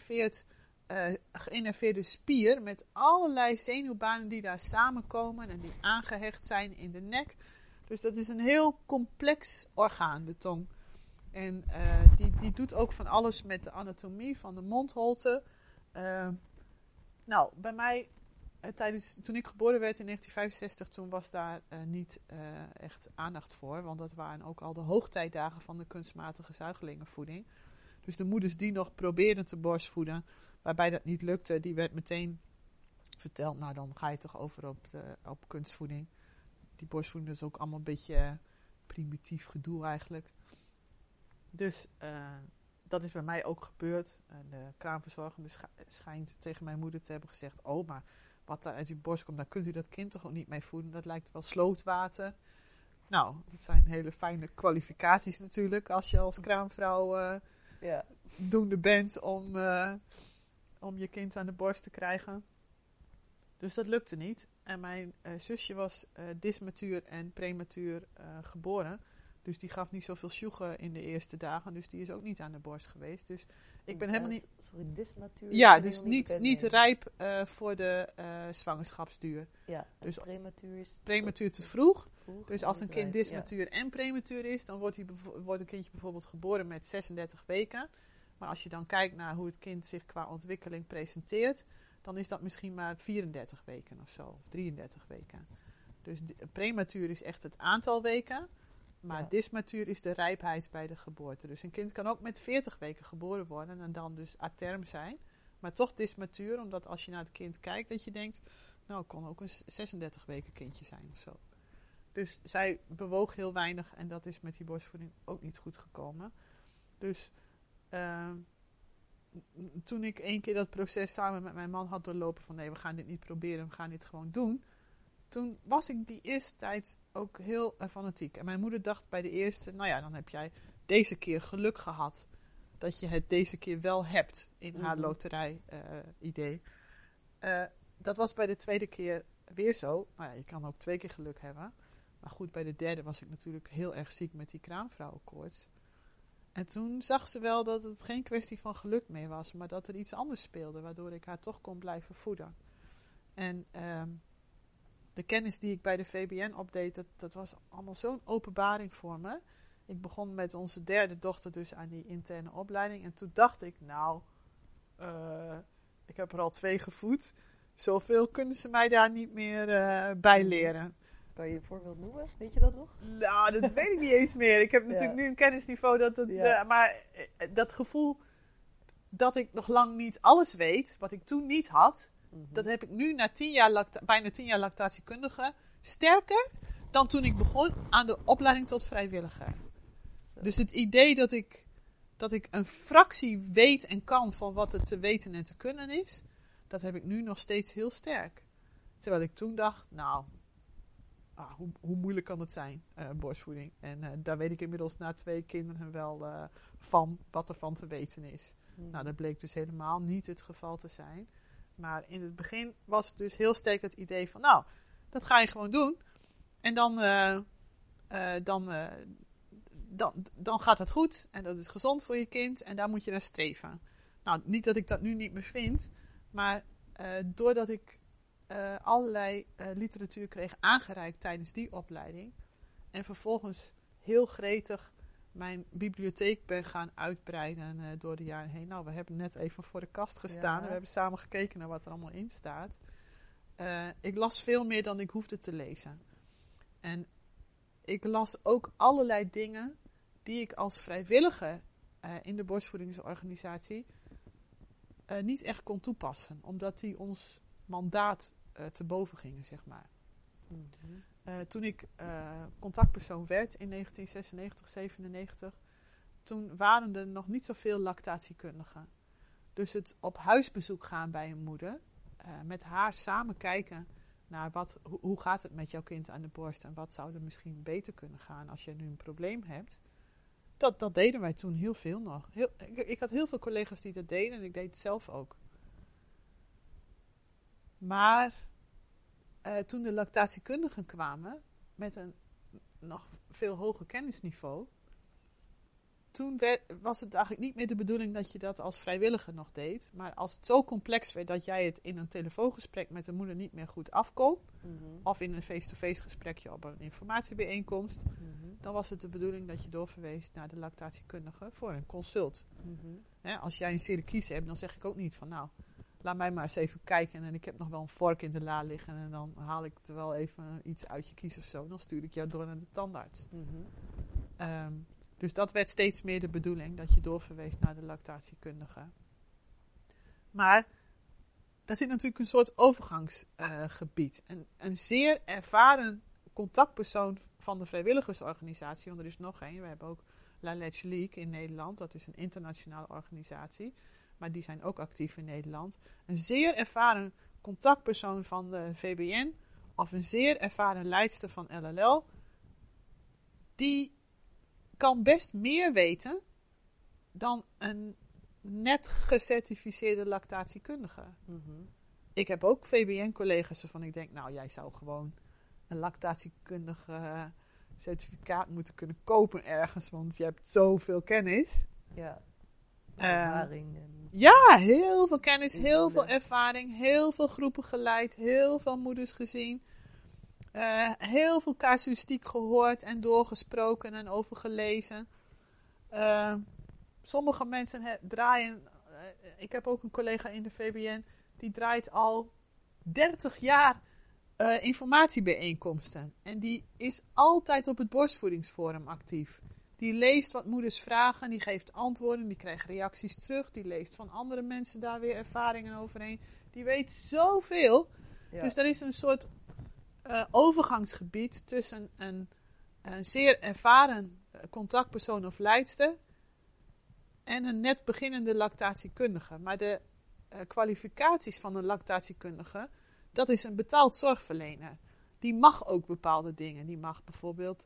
geïnnerveerde spier met allerlei zenuwbanen die daar samenkomen en die aangehecht zijn in de nek. Dus dat is een heel complex orgaan, de tong. En die doet ook van alles met de anatomie van de mondholte. Bij mij, toen ik geboren werd in 1965, toen was daar niet echt aandacht voor. Want dat waren ook al de hoogtijdagen van de kunstmatige zuigelingenvoeding. Dus de moeders die nog probeerden te borstvoeden, waarbij dat niet lukte, die werd meteen verteld, nou dan ga je toch over op kunstvoeding. Die borstvoeding is ook allemaal een beetje primitief gedoe eigenlijk. Dus dat is bij mij ook gebeurd. En de kraamverzorgende schijnt tegen mijn moeder te hebben gezegd, oh, maar wat daar uit uw borst komt, daar kunt u dat kind toch ook niet mee voeden. Dat lijkt wel slootwater. Nou, dat zijn hele fijne kwalificaties natuurlijk, als je als kraamvrouw doende bent om je kind aan de borst te krijgen. Dus dat lukte niet. En mijn zusje was dysmatuur en prematuur geboren. Dus die gaf niet zoveel sjoegen in de eerste dagen. Dus die is ook niet aan de borst geweest. Dus ik ben helemaal niet... Sorry, dysmatuur? Ja, dus niet rijp voor de zwangerschapsduur. Ja, dus prematuur is... Prematuur te vroeg. vroeg. Dus als een kind dysmatuur en prematuur is, dan wordt een kindje bijvoorbeeld geboren met 36 weken. Maar als je dan kijkt naar hoe het kind zich qua ontwikkeling presenteert, dan is dat misschien maar 34 weken of zo, of 33 weken. Dus prematuur is echt het aantal weken, maar dysmatuur is de rijpheid bij de geboorte. Dus een kind kan ook met 40 weken geboren worden en dan dus a term zijn, maar toch dysmatuur, omdat als je naar het kind kijkt, dat je denkt, nou, het kon ook een 36 weken kindje zijn of zo. Dus zij bewoog heel weinig en dat is met die borstvoeding ook niet goed gekomen. Dus toen ik 1 keer dat proces samen met mijn man had doorlopen van nee, we gaan dit niet proberen, we gaan dit gewoon doen. Toen was ik die eerste tijd ook heel fanatiek. En mijn moeder dacht bij de eerste, nou ja, dan heb jij deze keer geluk gehad dat je het deze keer wel hebt in haar loterij idee. Dat was bij de tweede keer weer zo. Nou ja, je kan ook 2 keer geluk hebben. Maar goed, bij de derde was ik natuurlijk heel erg ziek met die kraamvrouwenkoorts. En toen zag ze wel dat het geen kwestie van geluk meer was, maar dat er iets anders speelde, waardoor ik haar toch kon blijven voeden. En de kennis die ik bij de VBN opdeed, dat was allemaal zo'n openbaring voor me. Ik begon met onze derde dochter dus aan die interne opleiding. En toen dacht ik, ik heb er al 2 gevoed. Zoveel kunnen ze mij daar niet meer bij leren. Kan je een voorbeeld noemen? Weet je dat nog? Nou, dat weet ik niet eens meer. Ik heb natuurlijk nu een kennisniveau. Maar dat gevoel dat ik nog lang niet alles weet, wat ik toen niet had, dat heb ik nu na bijna 10 jaar lactatiekundige sterker dan toen ik begon aan de opleiding tot vrijwilliger. Zo. Dus het idee dat ik een fractie weet en kan van wat er te weten en te kunnen is, dat heb ik nu nog steeds heel sterk. Terwijl ik toen dacht, hoe moeilijk kan het zijn, borstvoeding. En daar weet ik inmiddels na 2 kinderen wel van wat er van te weten is. Nou, dat bleek dus helemaal niet het geval te zijn. Maar in het begin was het dus heel sterk het idee van, dat ga je gewoon doen. En dan gaat het goed. En dat is gezond voor je kind. En daar moet je naar streven. Nou, niet dat ik dat nu niet meer vind. Maar doordat ik allerlei literatuur kreeg aangereikt tijdens die opleiding. En vervolgens heel gretig mijn bibliotheek ben gaan uitbreiden door de jaren heen. Nou, we hebben net even voor de kast gestaan. Ja. We hebben samen gekeken naar wat er allemaal in staat. Ik las veel meer dan ik hoefde te lezen. En ik las ook allerlei dingen die ik als vrijwilliger in de borstvoedingsorganisatie niet echt kon toepassen. Omdat die ons mandaat te boven gingen, zeg maar. Mm-hmm. Toen ik contactpersoon werd in 1996, 97, toen waren er nog niet zoveel lactatiekundigen. Dus het op huisbezoek gaan bij een moeder, met haar samen kijken naar hoe gaat het met jouw kind aan de borst en wat zou er misschien beter kunnen gaan als je nu een probleem hebt. Dat deden wij toen heel veel nog. Ik had heel veel collega's die dat deden en ik deed het zelf ook. Maar toen de lactatiekundigen kwamen met een nog veel hoger kennisniveau, toen was het eigenlijk niet meer de bedoeling dat je dat als vrijwilliger nog deed. Maar als het zo complex werd dat jij het in een telefoongesprek met de moeder niet meer goed afkon, of in een face-to-face gesprekje op een informatiebijeenkomst, dan was het de bedoeling dat je doorverwees naar de lactatiekundige voor een consult. Als jij een serie kies hebt, dan zeg ik ook niet van laat mij maar eens even kijken en ik heb nog wel een vork in de la liggen en dan haal ik er wel even iets uit je kies of zo. Dan stuur ik jou door naar de tandarts. Dus dat werd steeds meer de bedoeling, dat je doorverwees naar de lactatiekundige. Maar daar zit natuurlijk een soort overgangsgebied. Een zeer ervaren contactpersoon van de vrijwilligersorganisatie, want er is nog één. We hebben ook La Letch League in Nederland, dat is een internationale organisatie. Maar die zijn ook actief in Nederland. Een zeer ervaren contactpersoon van de VBN of een zeer ervaren leidster van LLL, die kan best meer weten dan een net gecertificeerde lactatiekundige. Ik heb ook VBN-collega's waarvan ik denk, jij zou gewoon een lactatiekundige certificaat moeten kunnen kopen ergens, want je hebt zoveel kennis. Ja. Ervaring. Ja, heel veel kennis, heel veel ervaring, heel veel groepen geleid, heel veel moeders gezien, heel veel casuïstiek gehoord en doorgesproken en overgelezen. Sommige mensen draaien, ik heb ook een collega in de VBN, die draait al 30 jaar informatiebijeenkomsten. En die is altijd op het borstvoedingsforum actief. Die leest wat moeders vragen, die geeft antwoorden, die krijgt reacties terug. Die leest van andere mensen daar weer ervaringen overheen. Die weet zoveel. Ja. Dus er is een soort overgangsgebied tussen een zeer ervaren contactpersoon of leidster en een net beginnende lactatiekundige. Maar de kwalificaties van een lactatiekundige, dat is een betaald zorgverlener. Die mag ook bepaalde dingen. Die mag bijvoorbeeld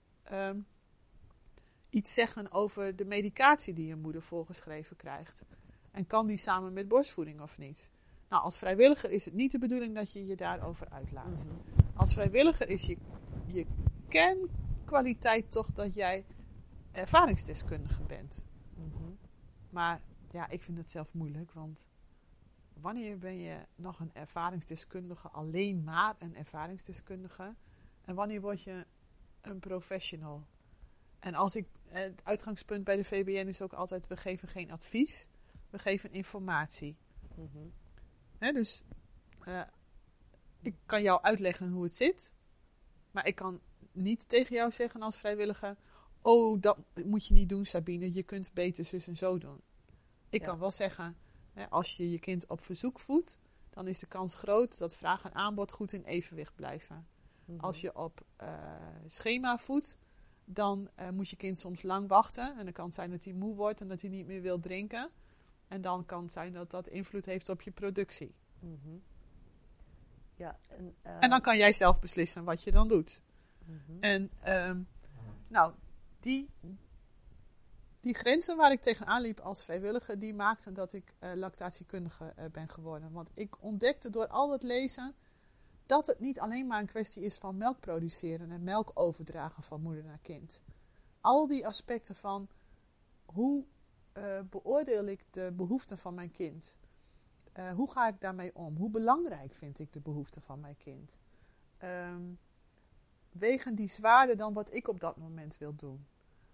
iets zeggen over de medicatie die je moeder voorgeschreven krijgt. En kan die samen met borstvoeding of niet? Nou, als vrijwilliger is het niet de bedoeling dat je je daarover uitlaat. Als vrijwilliger is je kernkwaliteit toch dat jij ervaringsdeskundige bent. Maar ja, ik vind het zelf moeilijk, want wanneer ben je nog een ervaringsdeskundige, alleen maar een ervaringsdeskundige? En wanneer word je een professional? En het uitgangspunt bij de VBN is ook altijd, we geven geen advies, we geven informatie. Dus ik kan jou uitleggen hoe het zit, maar ik kan niet tegen jou zeggen als vrijwilliger, oh, dat moet je niet doen, Sabine, je kunt beter zus en zo doen. Ik kan wel zeggen, als je je kind op verzoek voedt, dan is de kans groot dat vraag en aanbod goed in evenwicht blijven. Als je op schema voedt, dan moet je kind soms lang wachten. En dan kan het zijn dat hij moe wordt en dat hij niet meer wil drinken. En dan kan het zijn dat dat invloed heeft op je productie. Ja, en dan kan jij zelf beslissen wat je dan doet. En die grenzen waar ik tegenaan liep als vrijwilliger, die maakten dat ik lactatiekundige ben geworden. Want ik ontdekte door al het lezen dat het niet alleen maar een kwestie is van melk produceren en melk overdragen van moeder naar kind. Al die aspecten van hoe beoordeel ik de behoeften van mijn kind? Hoe ga ik daarmee om? Hoe belangrijk vind ik de behoeften van mijn kind? Wegen die zwaarder dan wat ik op dat moment wil doen?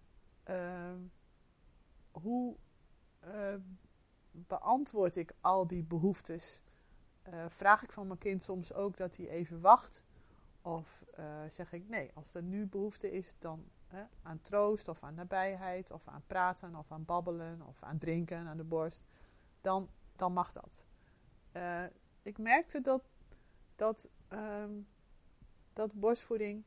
Hoe beantwoord ik al die behoeftes? Vraag ik van mijn kind soms ook dat hij even wacht? Of zeg ik nee, als er nu behoefte is dan aan troost of aan nabijheid of aan praten of aan babbelen of aan drinken aan de borst, dan mag dat. Ik merkte dat borstvoeding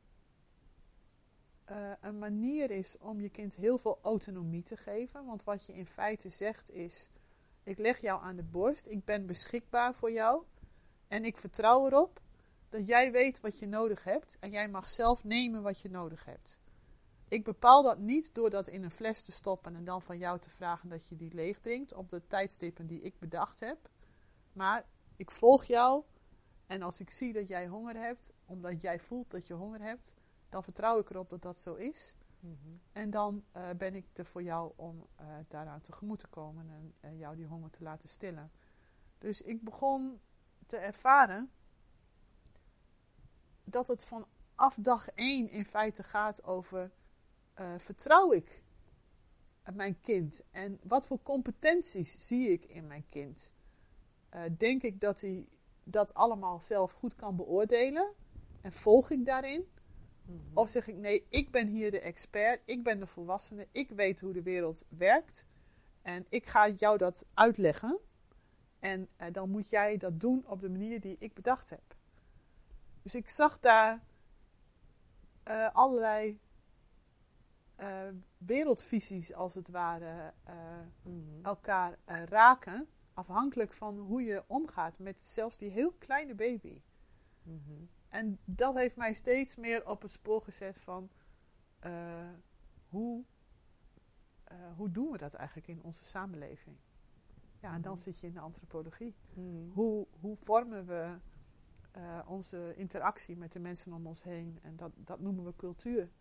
een manier is om je kind heel veel autonomie te geven. Want wat je in feite zegt is, ik leg jou aan de borst, ik ben beschikbaar voor jou en ik vertrouw erop dat jij weet wat je nodig hebt en jij mag zelf nemen wat je nodig hebt. Ik bepaal dat niet door dat in een fles te stoppen en dan van jou te vragen dat je die leeg drinkt op de tijdstippen die ik bedacht heb. Maar ik volg jou en als ik zie dat jij honger hebt, omdat jij voelt dat je honger hebt, dan vertrouw ik erop dat dat zo is. En dan ben ik er voor jou om daaraan tegemoet te komen en jou die honger te laten stillen. Dus ik begon te ervaren dat het vanaf dag 1 in feite gaat over vertrouw ik mijn kind? En wat voor competenties zie ik in mijn kind? Denk ik dat hij dat allemaal zelf goed kan beoordelen? En volg ik daarin? Of zeg ik nee, ik ben hier de expert, ik ben de volwassene, ik weet hoe de wereld werkt. En ik ga jou dat uitleggen. En dan moet jij dat doen op de manier die ik bedacht heb. Dus ik zag daar allerlei wereldvisies als het ware elkaar raken. Afhankelijk van hoe je omgaat met zelfs die heel kleine baby. En dat heeft mij steeds meer op het spoor gezet van hoe doen we dat eigenlijk in onze samenleving? Ja, en dan zit je in de antropologie. Hoe vormen we onze interactie met de mensen om ons heen? En dat noemen we cultuur.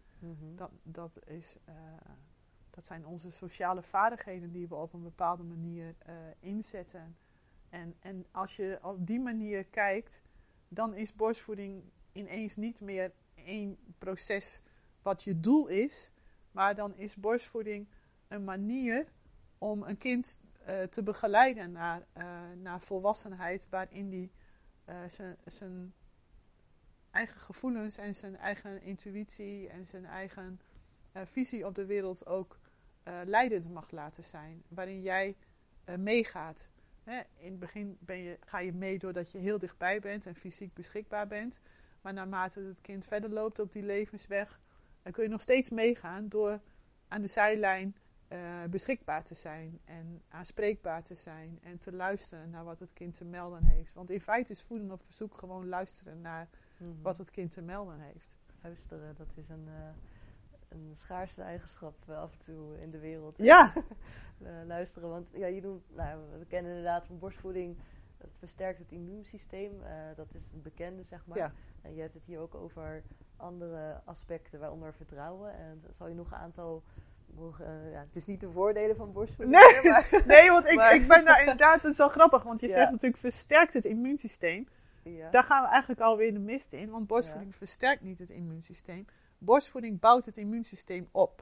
Dat zijn onze sociale vaardigheden die we op een bepaalde manier inzetten. En als je op die manier kijkt, dan is borstvoeding ineens niet meer één proces wat je doel is, maar dan is borstvoeding een manier om een kind te begeleiden naar volwassenheid, waarin die zijn eigen gevoelens en zijn eigen intuïtie en zijn eigen visie op de wereld ook leidend mag laten zijn. Waarin jij meegaat. In het begin ga je mee doordat je heel dichtbij bent en fysiek beschikbaar bent. Maar naarmate het kind verder loopt op die levensweg, kun je nog steeds meegaan door aan de zijlijn beschikbaar te zijn en aanspreekbaar te zijn en te luisteren naar wat het kind te melden heeft. Want in feite is voeden op verzoek gewoon luisteren naar wat het kind te melden heeft. Luisteren, dat is een schaarste eigenschap af en toe in de wereld. Ja! Luisteren, want ja, we kennen inderdaad van borstvoeding, dat versterkt het immuunsysteem. Dat is een bekende, zeg maar. Ja. En je hebt het hier ook over andere aspecten, waaronder vertrouwen. En zal je nog een aantal het is niet de voordelen van borstvoeding. Nee, Maar, nee, want ik ben daar inderdaad, het is wel grappig, want je zegt natuurlijk versterkt het immuunsysteem. ja. Daar gaan we eigenlijk alweer de mist in, want borstvoeding versterkt niet het immuunsysteem. Borstvoeding bouwt het immuunsysteem op.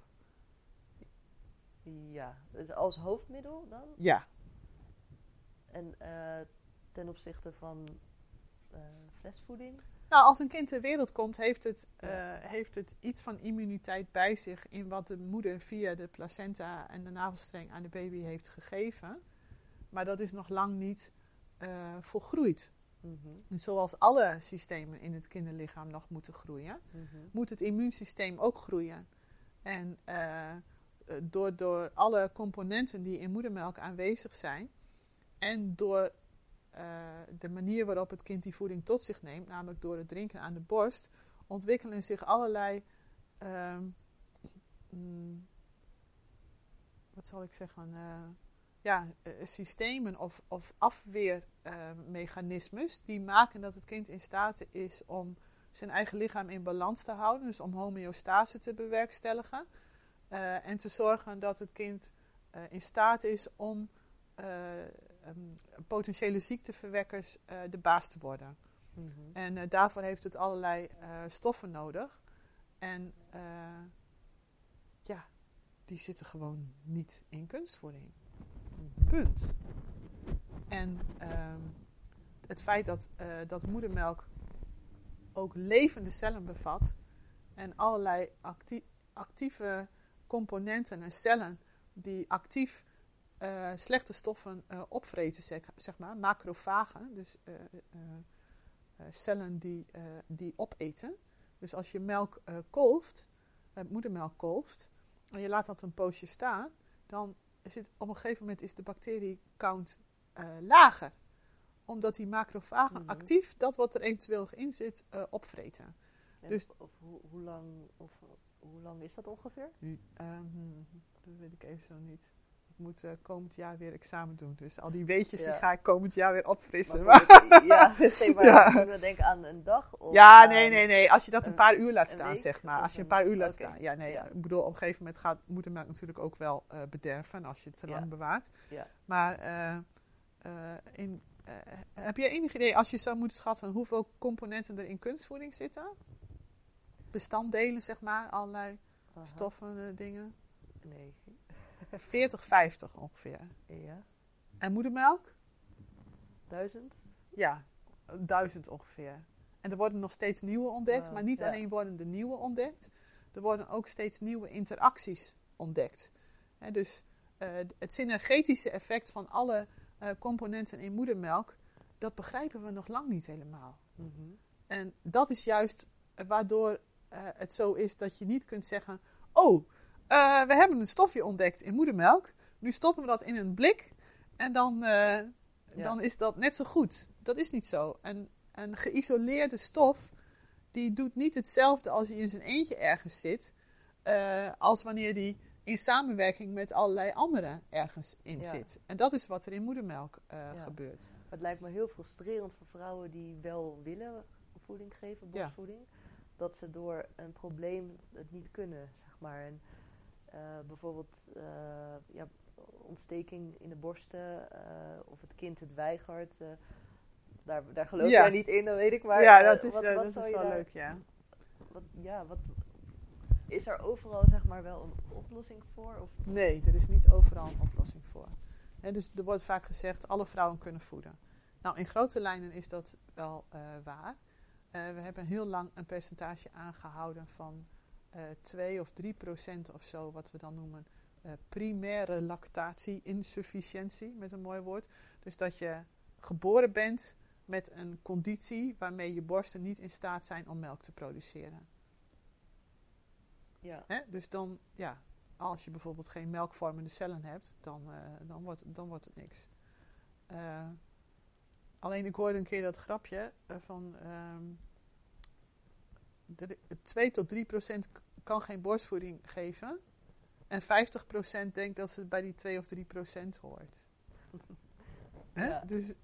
Ja, dus als hoofdmiddel dan? Ja. En ten opzichte van flesvoeding? Nou, als een kind ter wereld komt, heeft het iets van immuniteit bij zich in wat de moeder via de placenta en de navelstreng aan de baby heeft gegeven. Maar dat is nog lang niet volgroeid. Mm-hmm. En zoals alle systemen in het kinderlichaam nog moeten groeien, moet het immuunsysteem ook groeien. En door alle componenten die in moedermelk aanwezig zijn en door de manier waarop het kind die voeding tot zich neemt, namelijk door het drinken aan de borst, ontwikkelen zich allerlei systemen of afweermechanismes die maken dat het kind in staat is om zijn eigen lichaam in balans te houden, dus om homeostase te bewerkstelligen en te zorgen dat het kind in staat is om potentiële ziekteverwekkers de baas te worden. Mm-hmm. En daarvoor heeft het allerlei stoffen nodig. En die zitten gewoon niet in kunstvoeding. Punt. En het feit dat moedermelk ook levende cellen bevat en allerlei actieve componenten en cellen die actief slechte stoffen opvreten, zeg maar, macrofagen, dus cellen die opeten. Dus als je melk kolft, moedermelk kolft, en je laat dat een poosje staan, dan op een gegeven moment is de bacteriecount lager. Omdat die macrofagen actief dat wat er eventueel in zit opvreten. En Dus, hoe lang is dat ongeveer? dat weet ik even zo niet. Ik moet ik jaar weer examen doen. Dus al die weetjes die ga ik komend jaar weer opfrissen. Ik wil denken aan een dag? Of nee. Als je dat een paar uur laat staan, week, zeg maar. Als je een paar uur laat staan. Ja, nee. Ik bedoel, op een gegeven moment gaat moedermelk natuurlijk ook wel bederven als je het te lang bewaart. Ja. Maar heb je enig idee, als je zou moeten schatten, hoeveel componenten er in kunstvoeding zitten? Bestanddelen, zeg maar, allerlei stoffen, dingen. Nee. 40, 50 ongeveer. Ja. En moedermelk? 1000? Ja, 1000 ongeveer. En er worden nog steeds nieuwe ontdekt, maar niet alleen worden de nieuwe ontdekt, er worden ook steeds nieuwe interacties ontdekt. Dus het synergetische effect van alle componenten in moedermelk, dat begrijpen we nog lang niet helemaal. Mm-hmm. En dat is juist waardoor het zo is dat je niet kunt zeggen, we hebben een stofje ontdekt in moedermelk, nu stoppen we dat in een blik en dan is dat net zo goed. Dat is niet zo. Een geïsoleerde stof, die doet niet hetzelfde als hij in zijn eentje ergens zit, als wanneer die in samenwerking met allerlei anderen ergens in zit. En dat is wat er in moedermelk gebeurt. Het lijkt me heel frustrerend voor vrouwen die wel willen voeding geven, borstvoeding, dat ze door een probleem het niet kunnen, zeg maar. En bijvoorbeeld ontsteking in de borsten, of het kind het weigert. Daar geloof jij niet in, dat weet ik. Maar dat is wel leuk, ja. Wat is er overal, zeg maar, wel een oplossing voor? Of? Nee, er is niet overal een oplossing voor. Dus er wordt vaak gezegd, alle vrouwen kunnen voeden. Nou, in grote lijnen is dat wel waar. We hebben heel lang een percentage aangehouden van 2 of 3% of zo, wat we dan noemen primaire lactatie-insufficiëntie, met een mooi woord. Dus dat je geboren bent met een conditie waarmee je borsten niet in staat zijn om melk te produceren. Ja. Dus dan, als je bijvoorbeeld geen melkvormende cellen hebt, dan wordt het niks. Alleen ik hoorde een keer dat grapje van 2 tot 3% kan geen borstvoeding geven. En 50% denkt dat ze bij die 2 of 3% hoort. Dus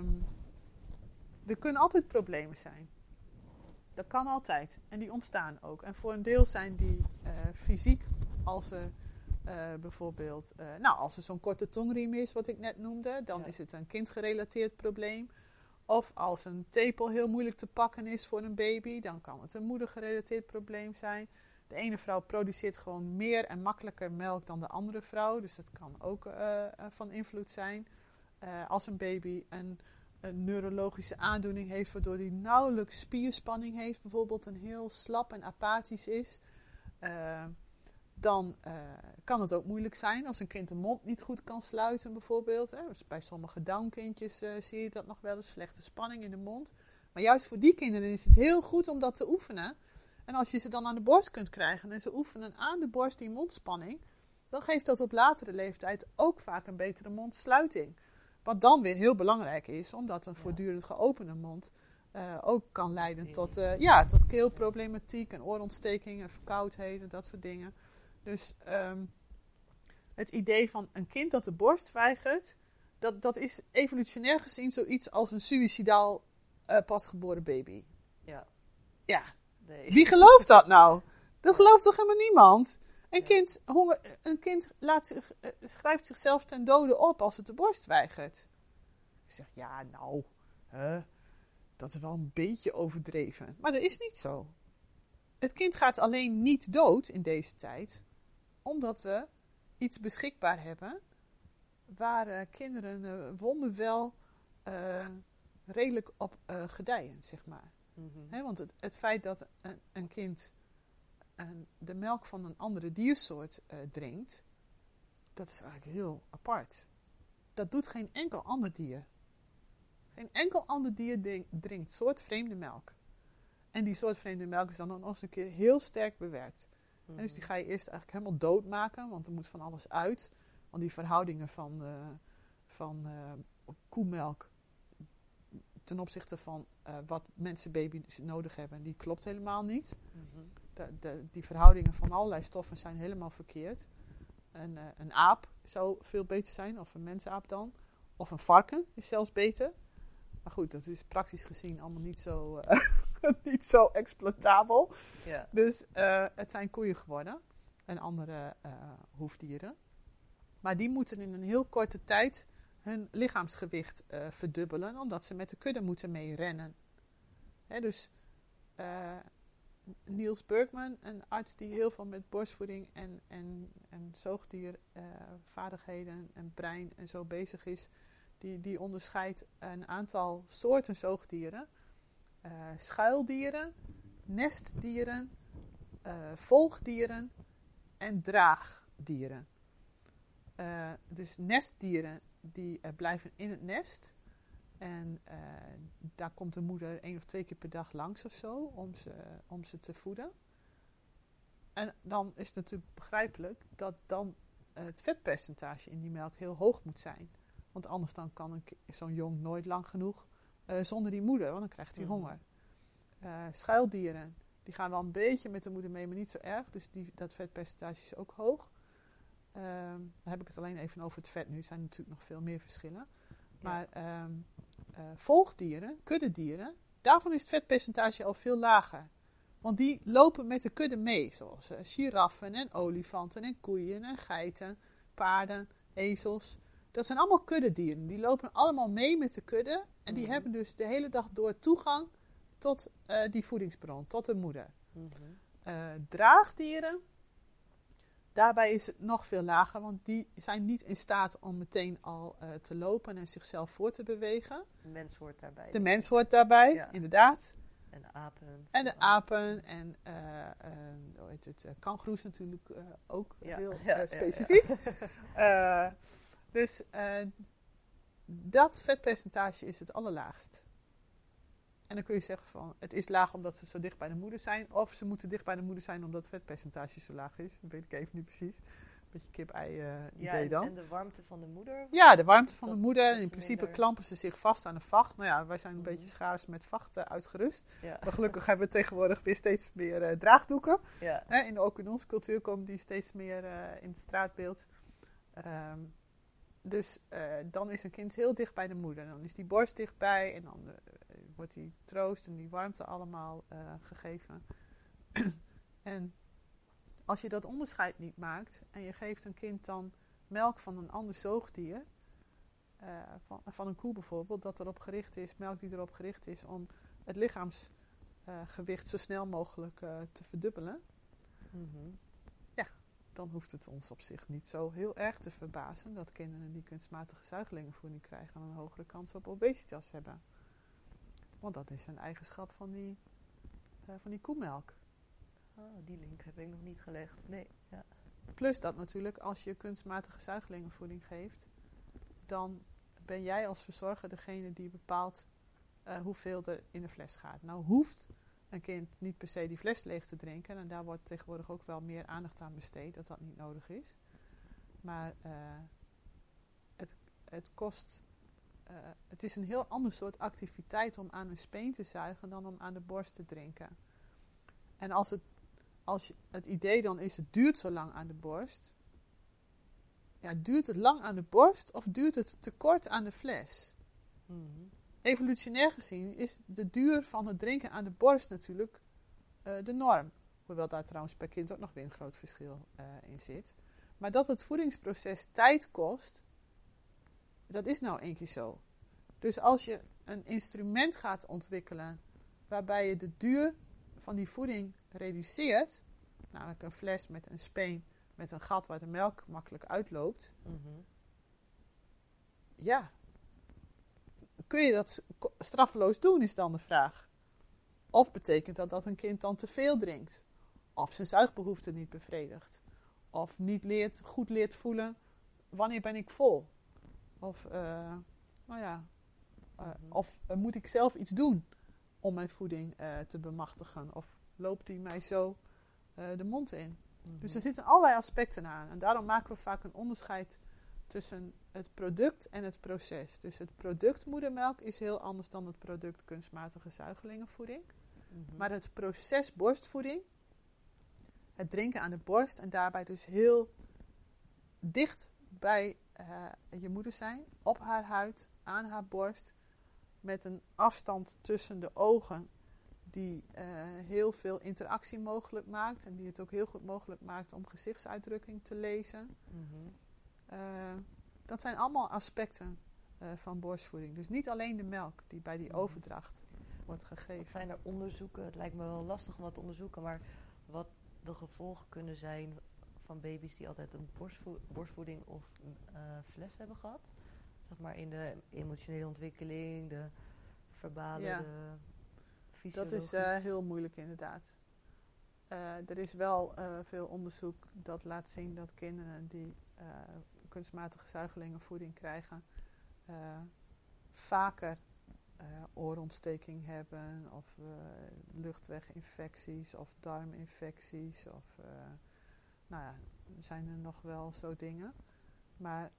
er kunnen altijd problemen zijn. Dat kan altijd. En die ontstaan ook. En voor een deel zijn die fysiek, als er Bijvoorbeeld, als er zo'n korte tongriem is, wat ik net noemde, dan is het een kindgerelateerd probleem. Of als een tepel heel moeilijk te pakken is voor een baby, dan kan het een moedergerelateerd probleem zijn. De ene vrouw produceert gewoon meer en makkelijker melk dan de andere vrouw, dus dat kan ook van invloed zijn. Als een baby een neurologische aandoening heeft, waardoor hij nauwelijks spierspanning heeft, bijvoorbeeld en heel slap en apathisch is, dan kan het ook moeilijk zijn als een kind de mond niet goed kan sluiten, bijvoorbeeld. Dus bij sommige Down-kindjes zie je dat nog wel eens, slechte spanning in de mond. Maar juist voor die kinderen is het heel goed om dat te oefenen. En als je ze dan aan de borst kunt krijgen en ze oefenen aan de borst die mondspanning, dan geeft dat op latere leeftijd ook vaak een betere mondsluiting. Wat dan weer heel belangrijk is, omdat een voortdurend geopende mond ook kan leiden tot keelproblematiek en oorontsteking en verkoudheden, dat soort dingen. Dus het idee van een kind dat de borst weigert, dat is evolutionair gezien zoiets als een suïcidaal pasgeboren baby. Ja. Ja. Nee. Wie gelooft dat nou? Dat gelooft toch helemaal niemand? Een kind schrijft zichzelf ten dode op als het de borst weigert. Ik zeg, dat is wel een beetje overdreven. Maar dat is niet zo. Het kind gaat alleen niet dood in deze tijd, omdat we iets beschikbaar hebben waar kinderen wonderwel redelijk op gedijen, zeg maar. Mm-hmm. Want het feit dat een kind de melk van een andere diersoort drinkt, dat is eigenlijk heel apart. Dat doet geen enkel ander dier. Geen enkel ander dier drinkt soortvreemde melk. En die soortvreemde melk is dan nog eens een keer heel sterk bewerkt. Mm-hmm. En dus die ga je eerst eigenlijk helemaal doodmaken, want er moet van alles uit. Want die verhoudingen van koemelk ten opzichte van wat mensenbaby's nodig hebben, die klopt helemaal niet. Mm-hmm. Die verhoudingen van allerlei stoffen zijn helemaal verkeerd. Een aap zou veel beter zijn, of een mensaap dan. Of een varken is zelfs beter. Maar goed, dat is praktisch gezien allemaal niet zo, niet zo exploitabel. Ja. Dus het zijn koeien geworden en andere hoefdieren. Maar die moeten in een heel korte tijd hun lichaamsgewicht verdubbelen, omdat ze met de kudde moeten meerennen. Dus Niels Bergman, een arts die heel veel met borstvoeding en zoogdiervaardigheden en brein en zo bezig is, die onderscheidt een aantal soorten zoogdieren. Schuildieren, nestdieren, volgdieren en draagdieren. Dus nestdieren die blijven in het nest. En daar komt de moeder 1 of 2 keer per dag langs of zo om ze te voeden. En dan is het natuurlijk begrijpelijk dat dan het vetpercentage in die melk heel hoog moet zijn. Want anders dan kan zo'n jong nooit lang genoeg zonder die moeder, want dan krijgt hij honger. Schuildieren, die gaan wel een beetje met de moeder mee, maar niet zo erg. Dus dat vetpercentage is ook hoog. Dan heb ik het alleen even over het vet nu. Er zijn natuurlijk nog veel meer verschillen. Maar volgdieren, kuddedieren, daarvan is het vetpercentage al veel lager. Want die lopen met de kudde mee. Zoals giraffen en olifanten en koeien en geiten, paarden, ezels. Dat zijn allemaal kuddedieren. Die lopen allemaal mee met de kudde. En die hebben dus de hele dag door toegang tot die voedingsbron, tot de moeder. Mm-hmm. Draagdieren, daarbij is het nog veel lager, want die zijn niet in staat om meteen al te lopen en zichzelf voor te bewegen. De mens hoort daarbij. De mens hoort daarbij, ja. Inderdaad. En de apen. En de apen en kangoeroes natuurlijk ook heel specifiek. Ja. Dus dat vetpercentage is het allerlaagst. En dan kun je zeggen van, het is laag omdat ze zo dicht bij de moeder zijn. Of ze moeten dicht bij de moeder zijn omdat het vetpercentage zo laag is. Dat weet ik even niet precies. Een beetje kip-ei idee dan. En de warmte van de moeder? Ja, de warmte van de moeder. En in principe klampen ze zich vast aan een vacht. Nou ja, wij zijn een beetje schaars met vachten uitgerust. Ja. Maar gelukkig hebben we tegenwoordig weer steeds meer draagdoeken. Ja. Ook in onze cultuur komen die steeds meer in het straatbeeld. Dus dan is een kind heel dicht bij de moeder. Dan is die borst dichtbij en dan wordt die troost en die warmte allemaal gegeven. En als je dat onderscheid niet maakt en je geeft een kind dan melk van een ander zoogdier, van een koe bijvoorbeeld, dat erop gericht is, melk die erop gericht is om het lichaamsgewicht zo snel mogelijk te verdubbelen, dan hoeft het ons op zich niet zo heel erg te verbazen dat kinderen die kunstmatige zuigelingenvoeding krijgen een hogere kans op obesitas hebben. Want dat is een eigenschap van die koemelk. Oh, die link heb ik nog niet gelegd. Nee, ja. Plus dat natuurlijk, als je kunstmatige zuigelingenvoeding geeft, dan ben jij als verzorger degene die bepaalt hoeveel er in de fles gaat. Nou hoeft een kind niet per se die fles leeg te drinken. En daar wordt tegenwoordig ook wel meer aandacht aan besteed, dat dat niet nodig is. Maar het kost... het is een heel ander soort activiteit om aan een speen te zuigen dan om aan de borst te drinken. En als het idee dan is, het duurt zo lang aan de borst. Ja, duurt het lang aan de borst of duurt het te kort aan de fles? Evolutionair gezien is de duur van het drinken aan de borst natuurlijk de norm. Hoewel daar trouwens per kind ook nog weer een groot verschil in zit. Maar dat het voedingsproces tijd kost, dat is nou een keer zo. Dus als je een instrument gaat ontwikkelen waarbij je de duur van die voeding reduceert, namelijk een fles met een speen met een gat waar de melk makkelijk uitloopt, ja, kun je dat straffeloos doen, is dan de vraag. Of betekent dat een kind dan te veel drinkt? Of zijn zuigbehoefte niet bevredigt? Of niet goed leert voelen, wanneer ben ik vol? Of, of moet ik zelf iets doen om mijn voeding te bemachtigen? Of loopt die mij zo de mond in? Dus er zitten allerlei aspecten aan. En daarom maken we vaak een onderscheid tussen het product en het proces. Dus het product moedermelk is heel anders dan het product kunstmatige zuigelingenvoeding. Maar het proces borstvoeding, het drinken aan de borst en daarbij dus heel dicht bij je moeder zijn, op haar huid, aan haar borst, met een afstand tussen de ogen die heel veel interactie mogelijk maakt en die het ook heel goed mogelijk maakt om gezichtsuitdrukking te lezen. Dat zijn allemaal aspecten van borstvoeding. Dus niet alleen de melk die bij die overdracht wordt gegeven. Wat zijn er onderzoeken? Het lijkt me wel lastig om wat te onderzoeken, maar wat de gevolgen kunnen zijn van baby's die altijd een borstvoeding of fles hebben gehad. Zeg maar in de emotionele ontwikkeling, de verbale, de fysiologische. Dat is heel moeilijk inderdaad. Er is wel veel onderzoek dat laat zien dat kinderen die kunstmatige zuigelingenvoeding krijgen vaker oorontsteking hebben of luchtweginfecties of darminfecties of er zijn er nog wel zo dingen. Maar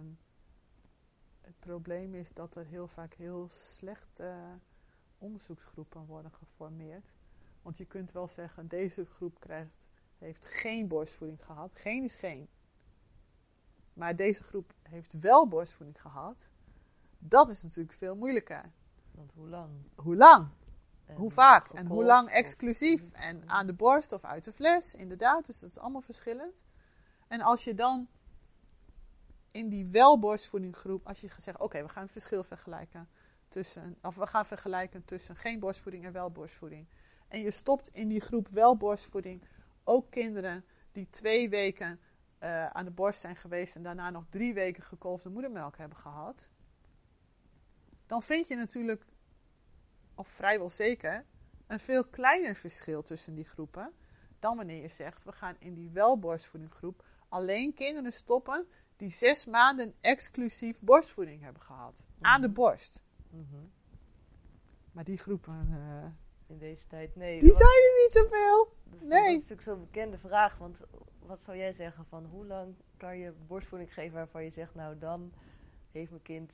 het probleem is dat er heel vaak heel slecht onderzoeksgroepen worden geformeerd. Want je kunt wel zeggen, deze groep heeft geen borstvoeding gehad. Geen is geen. Maar deze groep heeft wel borstvoeding gehad. Dat is natuurlijk veel moeilijker. Want hoe lang? Hoe lang? En hoe vaak? gekolfd, en hoe lang of exclusief? En aan de borst of uit de fles? Inderdaad, dus dat is allemaal verschillend. En als je dan in die welborstvoedinggroep, als je zegt, oké, we gaan een verschil vergelijken tussen geen borstvoeding en welborstvoeding. En je stopt in die groep welborstvoeding ook kinderen die 2 weken aan de borst zijn geweest en daarna nog 3 weken gekolfde moedermelk hebben gehad. Dan vind je natuurlijk, of vrijwel zeker, een veel kleiner verschil tussen die groepen dan wanneer je zegt, we gaan in die welborstvoedinggroep alleen kinderen stoppen die 6 maanden exclusief borstvoeding hebben gehad. Aan de borst. Maar die groepen, in deze tijd, nee. die zijn er niet zoveel. Dat Nee. is natuurlijk zo'n bekende vraag. Want wat zou jij zeggen van hoe lang kan je borstvoeding geven waarvan je zegt, nou dan heeft mijn kind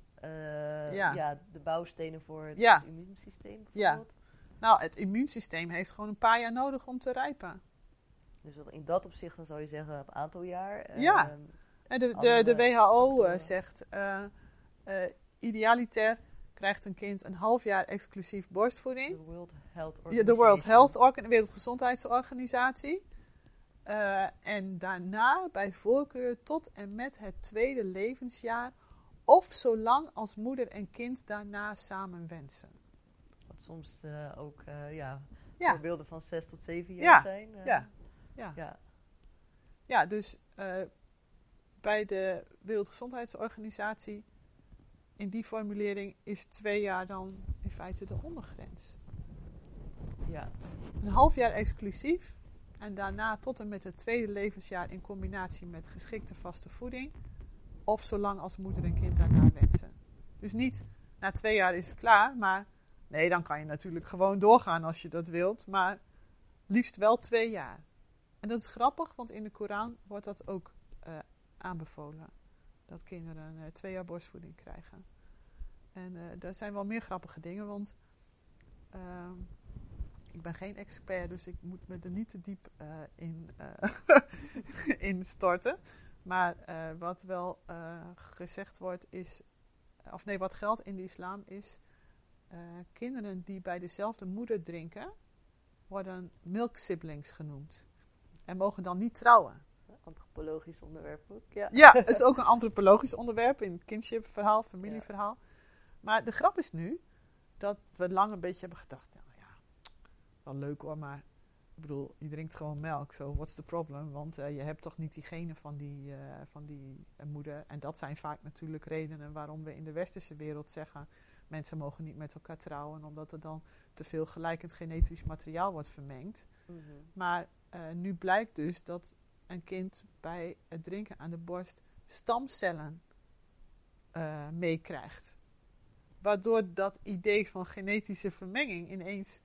de bouwstenen voor het immuunsysteem bijvoorbeeld. Nou, het immuunsysteem heeft gewoon een paar jaar nodig om te rijpen. Dus in dat opzicht dan zou je zeggen een aantal jaar. En de WHO zegt, idealiter krijgt een kind een half jaar exclusief borstvoeding. De World Health De World Health Wereldgezondheidsorganisatie. En daarna bij voorkeur tot en met het 2e levensjaar. Of zolang als moeder en kind daarna samen wensen. Wat soms ook Ja. voorbeelden van 6 tot 7 jaar zijn. Ja, dus bij de Wereldgezondheidsorganisatie, in die formulering is 2 jaar dan in feite de ondergrens. Ja. Een half jaar exclusief en daarna tot en met het 2e levensjaar in combinatie met geschikte vaste voeding. Of zolang als moeder en kind daarna wensen. Dus niet na 2 jaar is het klaar, maar nee, dan kan je natuurlijk gewoon doorgaan als je dat wilt. Maar liefst wel 2 jaar. En dat is grappig, want in de Koran wordt dat ook aanbevolen. Dat kinderen 2 jaar borstvoeding krijgen. En daar zijn wel meer grappige dingen, want ik ben geen expert, dus ik moet me er niet te diep in storten. Maar wat wel gezegd wordt is, wat geldt in de islam is, kinderen die bij dezelfde moeder drinken, worden milk siblings genoemd. En mogen dan niet trouwen. Antropologisch onderwerp ook, ja. Ja, het is ook een antropologisch onderwerp in het kinship-verhaal, familieverhaal. Ja. Maar de grap is nu dat we lang een beetje hebben gedacht, nou ja, wel leuk hoor, maar ik bedoel, je drinkt gewoon melk, so what's the problem? Want je hebt toch niet die genen van die moeder. En dat zijn vaak natuurlijk redenen waarom we in de westerse wereld zeggen, mensen mogen niet met elkaar trouwen, omdat er dan te veel gelijkend genetisch materiaal wordt vermengd. Mm-hmm. Maar nu blijkt dus dat een kind bij het drinken aan de borst stamcellen meekrijgt. Waardoor dat idee van genetische vermenging ineens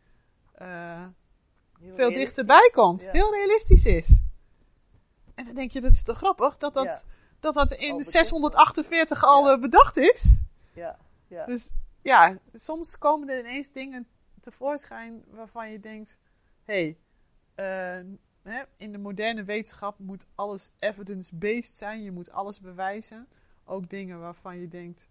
veel dichterbij komt. Ja. Heel realistisch is. En dan denk je, dat is toch grappig dat in 648 al bedacht is. Ja. Ja. Dus ja, soms komen er ineens dingen tevoorschijn waarvan je denkt, in de moderne wetenschap moet alles evidence-based zijn. Je moet alles bewijzen. Ook dingen waarvan je denkt,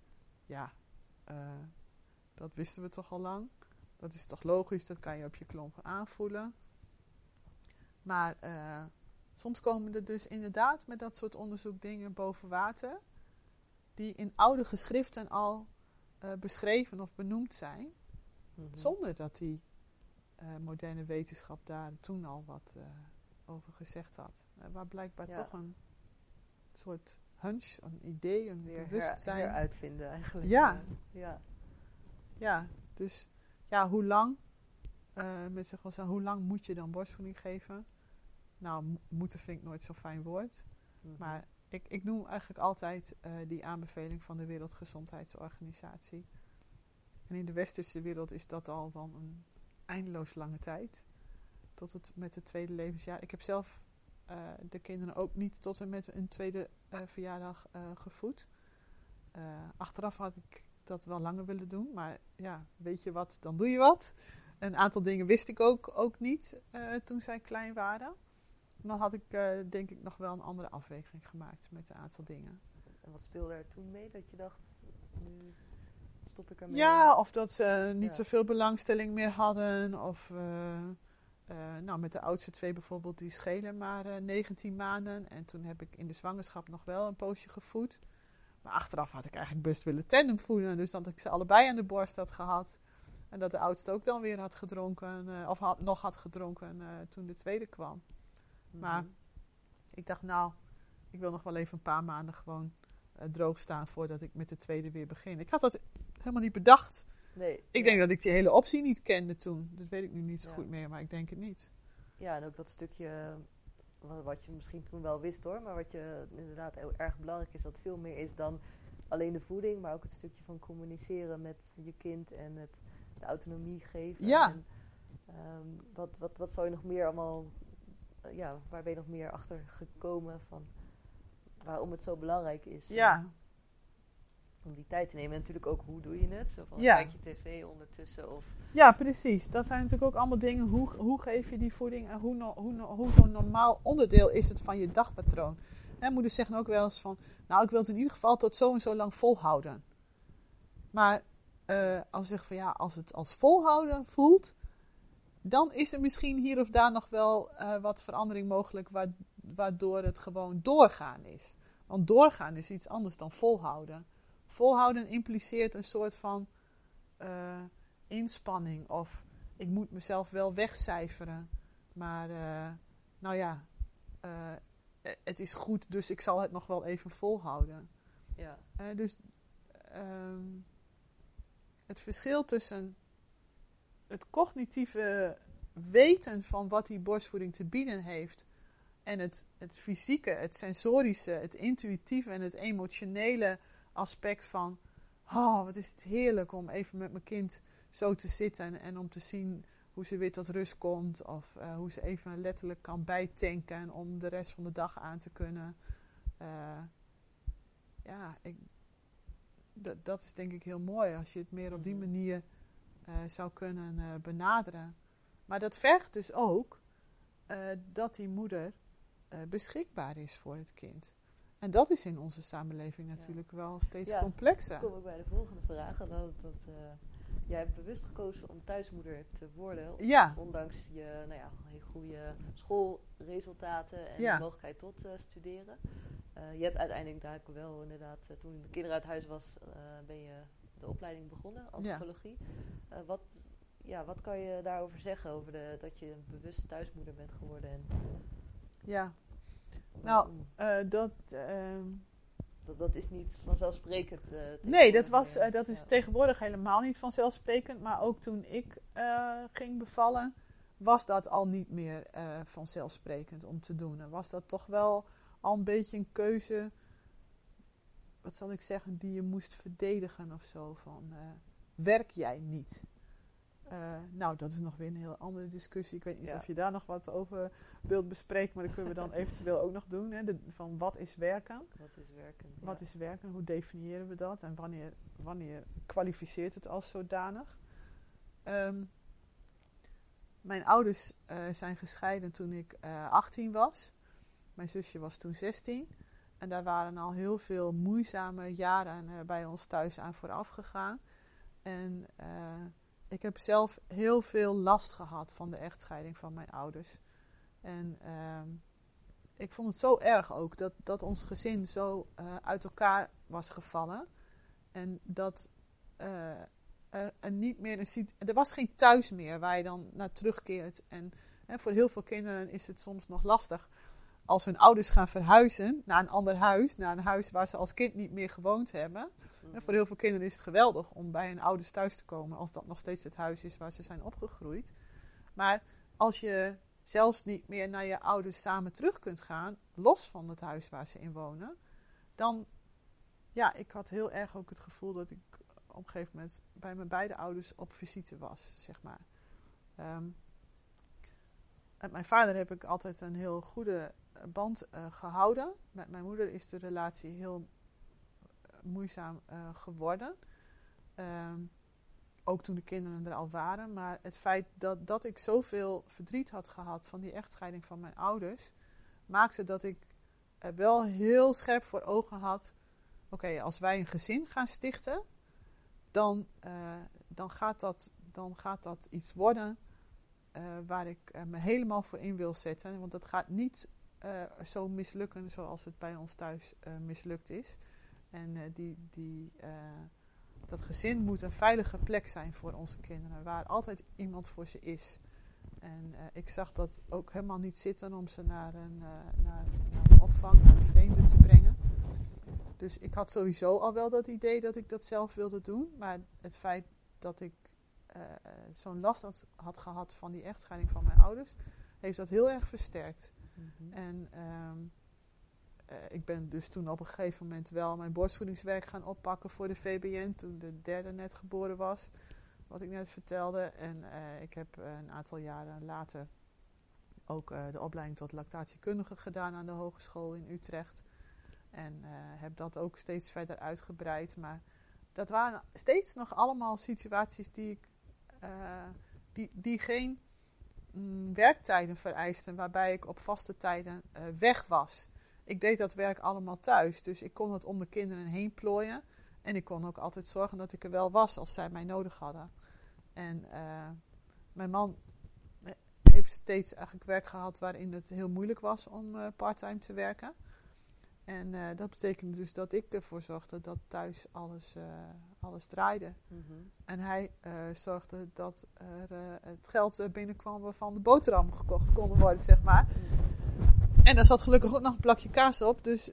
dat wisten we toch al lang. Dat is toch logisch, dat kan je op je klompen aanvoelen. Maar soms komen er dus inderdaad met dat soort onderzoekdingen boven water, die in oude geschriften al beschreven of benoemd zijn, zonder dat die moderne wetenschap daar toen al wat over gezegd had. Waar blijkbaar toch een soort hunch, een idee, een bewustzijn. Weer uitvinden eigenlijk. Ja, dus hoe lang, hoe lang moet je dan borstvoeding geven? Nou, moeten vind ik nooit zo'n fijn woord. Mm-hmm. Maar ik noem eigenlijk altijd die aanbeveling van de Wereldgezondheidsorganisatie. En in de westerse wereld is dat al dan een eindeloos lange tijd. Tot het met het 2e levensjaar. Ik heb zelf de kinderen ook niet tot en met een 2e verjaardag gevoed. Achteraf had ik dat wel langer willen doen. Maar ja, weet je wat, dan doe je wat. Een aantal dingen wist ik ook niet toen zij klein waren. Dan had ik denk ik nog wel een andere afweging gemaakt met een aantal dingen. En wat speelde er toen mee dat je dacht, nu stop ik ermee? Ja, of dat ze niet zoveel belangstelling meer hadden. Of met de oudste 2 bijvoorbeeld, die schelen maar 19 maanden. En toen heb ik in de zwangerschap nog wel een poosje gevoed. Maar achteraf had ik eigenlijk best willen tandem voeden. Dus dat ik ze allebei aan de borst had gehad. En dat de oudste ook dan weer had gedronken. Nog had gedronken toen de tweede kwam. Maar ik dacht, ik wil nog wel even een paar maanden gewoon droog staan voordat ik met de tweede weer begin. Ik had dat helemaal niet bedacht. Nee, ik denk dat ik die hele optie niet kende toen. Dat weet ik nu niet zo goed meer, maar ik denk het niet. Ja, en ook dat stukje wat je misschien toen wel wist hoor, maar wat je inderdaad heel erg belangrijk is, dat veel meer is dan alleen de voeding, maar ook het stukje van communiceren met je kind en het de autonomie geven. Ja. En, wat zou je nog meer allemaal, waar ben je nog meer achter gekomen van waarom het zo belangrijk is om die tijd te nemen. En natuurlijk ook, hoe doe je het? Zo van, kijk je tv ondertussen? Of ja, precies. Dat zijn natuurlijk ook allemaal dingen. Hoe geef je die voeding en hoe zo'n normaal onderdeel is het van je dagpatroon? Moeders zeggen ook wel eens van, ik wil het in ieder geval tot zo en zo lang volhouden. Maar als je zegt van als het als volhouden voelt, dan is er misschien hier of daar nog wel wat verandering mogelijk, waardoor het gewoon doorgaan is. Want doorgaan is iets anders dan volhouden. Volhouden impliceert een soort van inspanning. Of ik moet mezelf wel wegcijferen. Maar het is goed, dus ik zal het nog wel even volhouden. Ja. Dus het verschil tussen het cognitieve weten van wat die borstvoeding te bieden heeft en het fysieke, het sensorische, het intuïtieve en het emotionele aspect van wat is het heerlijk om even met mijn kind zo te zitten en om te zien hoe ze weer tot rust komt of hoe ze even letterlijk kan bijtanken om de rest van de dag aan te kunnen. Dat is denk ik heel mooi als je het meer op die manier zou kunnen benaderen. Maar dat vergt dus ook dat die moeder beschikbaar is voor het kind. En dat is in onze samenleving natuurlijk wel steeds complexer. Dan kom ik bij de volgende vraag. Jij hebt bewust gekozen om thuismoeder te worden. Ja. Ondanks je heel goede schoolresultaten en de mogelijkheid tot studeren. Je hebt uiteindelijk daar wel inderdaad, toen de kinderen uit huis was, ben je de opleiding begonnen, psychologie. Wat kan je daarover zeggen, over dat je bewust thuismoeder bent geworden? Dat is niet vanzelfsprekend. Nee, dat is tegenwoordig helemaal niet vanzelfsprekend. Maar ook toen ik ging bevallen, was dat al niet meer vanzelfsprekend om te doen. En was dat toch wel al een beetje een keuze, wat zal ik zeggen, die je moest verdedigen of zo. Van, werk jij niet? Dat is nog weer een heel andere discussie. Ik weet niet of je daar nog wat over wilt bespreken, maar dat kunnen we dan eventueel ook nog doen. Hè? Van wat is werken? Wat is werken? Hoe definiëren we dat? En wanneer kwalificeert het als zodanig? Mijn ouders zijn gescheiden toen ik 18 was. Mijn zusje was toen 16. En daar waren al heel veel moeizame jaren bij ons thuis aan vooraf gegaan. En ik heb zelf heel veel last gehad van de echtscheiding van mijn ouders. En ik vond het zo erg ook dat ons gezin zo uit elkaar was gevallen. En dat er niet meer er was geen thuis meer waar je dan naar terugkeert. En voor heel veel kinderen is het soms nog lastig als hun ouders gaan verhuizen naar een ander huis. Naar een huis waar ze als kind niet meer gewoond hebben. En voor heel veel kinderen is het geweldig om bij hun ouders thuis te komen, als dat nog steeds het huis is waar ze zijn opgegroeid. Maar als je zelfs niet meer naar je ouders samen terug kunt gaan, los van het huis waar ze in wonen, dan, ik had heel erg ook het gevoel dat ik op een gegeven moment bij mijn beide ouders op visite was, zeg maar. Met mijn vader heb ik altijd een heel goede band gehouden. Met mijn moeder is de relatie heel moeizaam geworden. Ook toen de kinderen er al waren. Maar het feit dat ik zoveel verdriet had gehad van die echtscheiding van mijn ouders, maakte dat ik wel heel scherp voor ogen had. Oké, als wij een gezin gaan stichten, dan gaat dat iets worden waar ik me helemaal voor in wil zetten. Want dat gaat niet zo mislukken zoals het bij ons thuis mislukt is. En dat gezin moet een veilige plek zijn voor onze kinderen, waar altijd iemand voor ze is. En ik zag dat ook helemaal niet zitten om ze naar een opvang, naar een vreemde te brengen. Dus ik had sowieso al wel dat idee dat ik dat zelf wilde doen. Maar het feit dat ik zo'n last had gehad van die echtscheiding van mijn ouders, heeft dat heel erg versterkt. Mm-hmm. En ik ben dus toen op een gegeven moment wel mijn borstvoedingswerk gaan oppakken voor de VBN, toen de derde net geboren was, wat ik net vertelde. En ik heb een aantal jaren later ook de opleiding tot lactatiekundige gedaan aan de hogeschool in Utrecht. En heb dat ook steeds verder uitgebreid. Maar dat waren steeds nog allemaal situaties die geen werktijden vereisten, waarbij ik op vaste tijden weg was. Ik deed dat werk allemaal thuis, dus ik kon het om de kinderen heen plooien. En ik kon ook altijd zorgen dat ik er wel was als zij mij nodig hadden. En mijn man heeft steeds eigenlijk werk gehad waarin het heel moeilijk was om parttime te werken. En dat betekende dus dat ik ervoor zorgde dat thuis alles draaide. Mhm. En hij zorgde dat er het geld binnenkwam waarvan de boterhammen gekocht konden worden, zeg maar. En daar zat gelukkig ook nog een plakje kaas op. Dus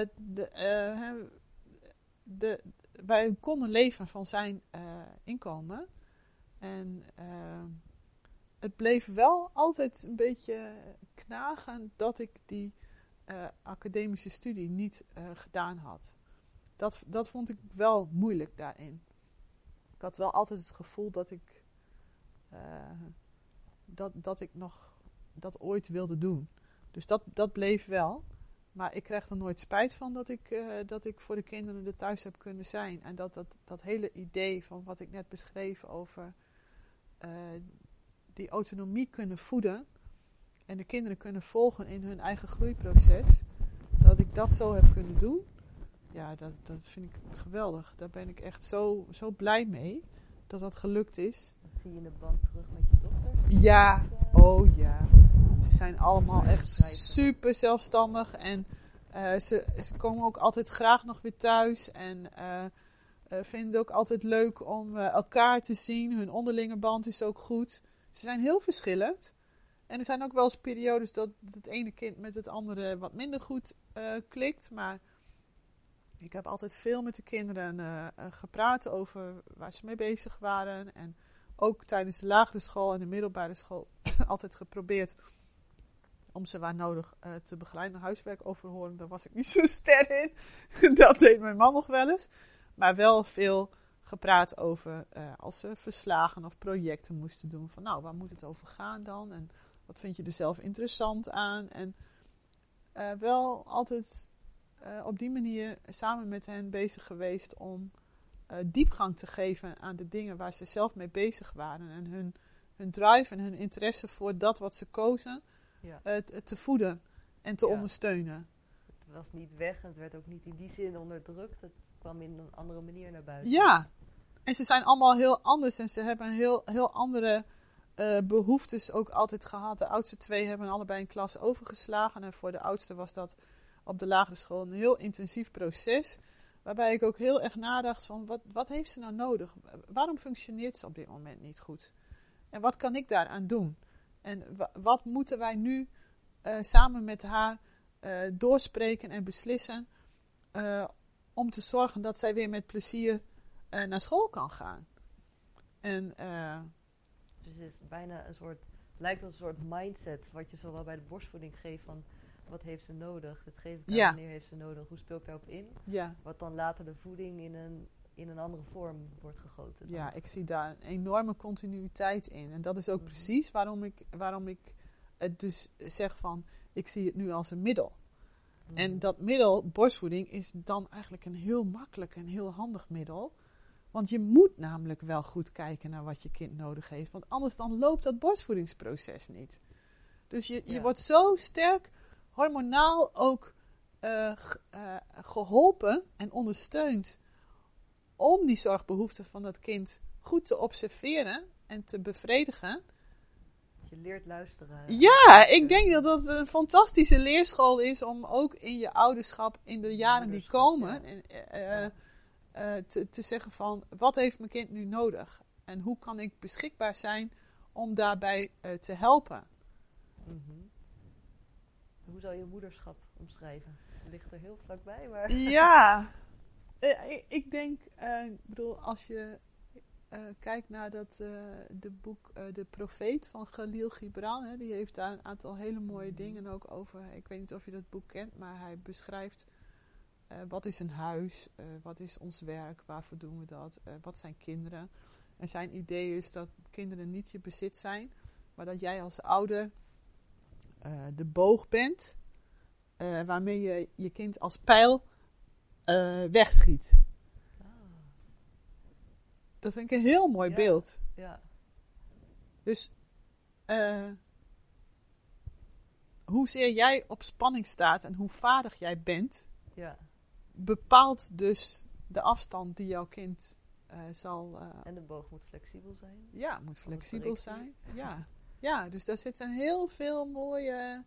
wij konden leven van zijn inkomen. En het bleef wel altijd een beetje knagen dat ik die academische studie niet gedaan had. Dat vond ik wel moeilijk daarin. Ik had wel altijd het gevoel dat ik dat ik nog dat ooit wilde doen. Dus dat bleef wel. Maar ik kreeg er nooit spijt van dat ik voor de kinderen er thuis heb kunnen zijn. En dat hele idee van wat ik net beschreef over die autonomie kunnen voeden. En de kinderen kunnen volgen in hun eigen groeiproces. Dat ik dat zo heb kunnen doen. Ja, dat vind ik geweldig. Daar ben ik echt zo blij mee dat dat gelukt is. Dat zie je in de band terug met je dochters? Ja, oh ja. Ze zijn allemaal echt super zelfstandig. En ze komen ook altijd graag nog weer thuis. En vinden het ook altijd leuk om elkaar te zien. Hun onderlinge band is ook goed. Ze zijn heel verschillend. En er zijn ook wel eens periodes dat het ene kind met het andere wat minder goed klikt. Maar ik heb altijd veel met de kinderen gepraat over waar ze mee bezig waren. En ook tijdens de lagere school en de middelbare school altijd geprobeerd om ze waar nodig te begeleiden. Huiswerk overhoren, daar was ik niet zo ster in. Dat deed mijn man nog wel eens. Maar wel veel gepraat over als ze verslagen of projecten moesten doen. Van nou, waar moet het over gaan dan? En wat vind je er zelf interessant aan? En wel altijd op die manier samen met hen bezig geweest om diepgang te geven aan de dingen waar ze zelf mee bezig waren. En hun drive en hun interesse voor dat wat ze kozen te voeden en te ondersteunen. Het was niet weg en het werd ook niet in die zin onderdrukt. Het kwam in een andere manier naar buiten. Ja, en ze zijn allemaal heel anders en ze hebben een heel andere behoeftes ook altijd gehad. De oudste twee hebben allebei een klas overgeslagen en voor de oudste was dat op de lagere school een heel intensief proces. Waarbij ik ook heel erg nadacht van wat heeft ze nou nodig? Waarom functioneert ze op dit moment niet goed? En wat kan ik daaraan doen? En wat moeten wij nu samen met haar doorspreken en beslissen om te zorgen dat zij weer met plezier naar school kan gaan? En dus het is bijna lijkt als een soort mindset wat je zowel bij de borstvoeding geeft van wat heeft ze nodig? Dat geef ik haar, wanneer heeft ze nodig? Hoe speel ik daarop in? Ja. Wat dan later de voeding in een andere vorm wordt gegoten. Dan. Ja, ik zie daar een enorme continuïteit in. En dat is ook precies waarom ik het dus zeg van, ik zie het nu als een middel. En dat middel, borstvoeding, is dan eigenlijk een heel makkelijk en heel handig middel. Want je moet namelijk wel goed kijken naar wat je kind nodig heeft. Want anders dan loopt dat borstvoedingsproces niet. Dus je wordt zo sterk hormonaal ook geholpen en ondersteund om die zorgbehoeften van dat kind goed te observeren en te bevredigen. Je leert luisteren. Ja, ik denk dat dat een fantastische leerschool is om ook in je ouderschap, in de jaren die komen, te zeggen van, wat heeft mijn kind nu nodig? En hoe kan ik beschikbaar zijn om daarbij te helpen? Mm-hmm. Hoe zou je moederschap omschrijven? Het ligt er heel vlakbij, maar... Ja, ik denk, als je kijkt naar de boek De Profeet van Khalil Gibran, die heeft daar een aantal hele mooie dingen ook over. Ik weet niet of je dat boek kent, maar hij beschrijft wat is een huis, wat is ons werk, waarvoor doen we dat, wat zijn kinderen. En zijn idee is dat kinderen niet je bezit zijn, maar dat jij als ouder de boog bent waarmee je je kind als pijl wegschiet. Dat vind ik een heel mooi beeld. Ja. Dus hoezeer jij op spanning staat en hoe vaardig jij bent, bepaalt dus de afstand die jouw kind zal... en de boog moet flexibel zijn. Ja, moet flexibel zijn. Ja. Ja, dus daar zitten heel veel mooie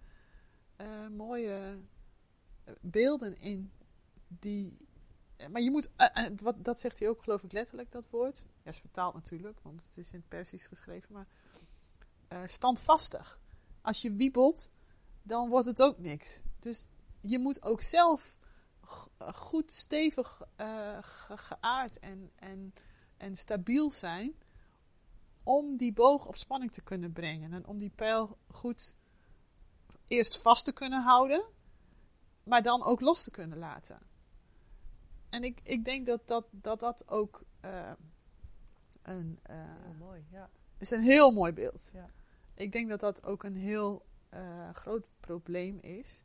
beelden in. Maar je moet, dat zegt hij ook geloof ik letterlijk, dat woord. Ja, is vertaald natuurlijk, want het is in het Persisch geschreven. Maar standvastig. Als je wiebelt, dan wordt het ook niks. Dus je moet ook zelf goed stevig geaard en stabiel zijn om die boog op spanning te kunnen brengen. En om die pijl goed eerst vast te kunnen houden, maar dan ook los te kunnen laten. En ik denk dat ook mooi, ja. is een heel mooi beeld. Ja. Ik denk dat dat ook een heel groot probleem is.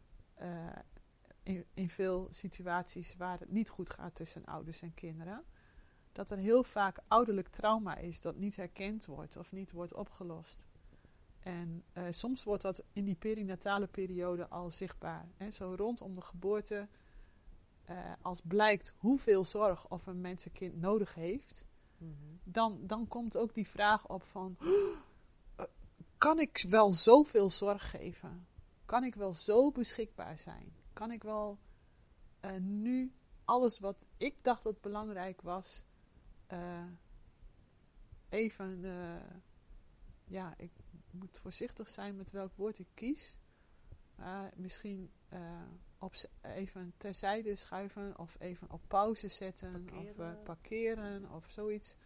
In veel situaties waar het niet goed gaat tussen ouders en kinderen. Dat er heel vaak ouderlijk trauma is dat niet herkend wordt of niet wordt opgelost. En soms wordt dat in die perinatale periode al zichtbaar. Hè? Zo rondom de geboorte, als blijkt hoeveel zorg of een mensenkind nodig heeft, dan komt ook die vraag op van, kan ik wel zoveel zorg geven? Kan ik wel zo beschikbaar zijn? Kan ik wel nu alles wat ik dacht dat belangrijk was, ik moet voorzichtig zijn met welk woord ik kies. Misschien even terzijde schuiven of even op pauze zetten of parkeren of zoiets.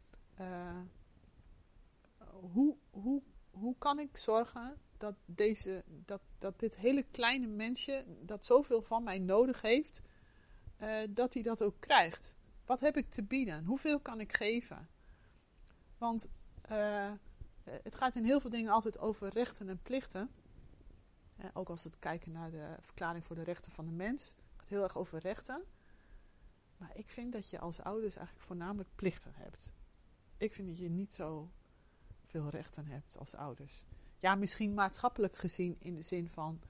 Hoe kan ik zorgen dat dit hele kleine mensje dat zoveel van mij nodig heeft, dat hij dat ook krijgt? Wat heb ik te bieden? Hoeveel kan ik geven? Want het gaat in heel veel dingen altijd over rechten en plichten. Ook als we kijken naar de verklaring voor de rechten van de mens. Het gaat heel erg over rechten. Maar ik vind dat je als ouders eigenlijk voornamelijk plichten hebt. Ik vind dat je niet zo veel rechten hebt als ouders. Ja, misschien maatschappelijk gezien in de zin van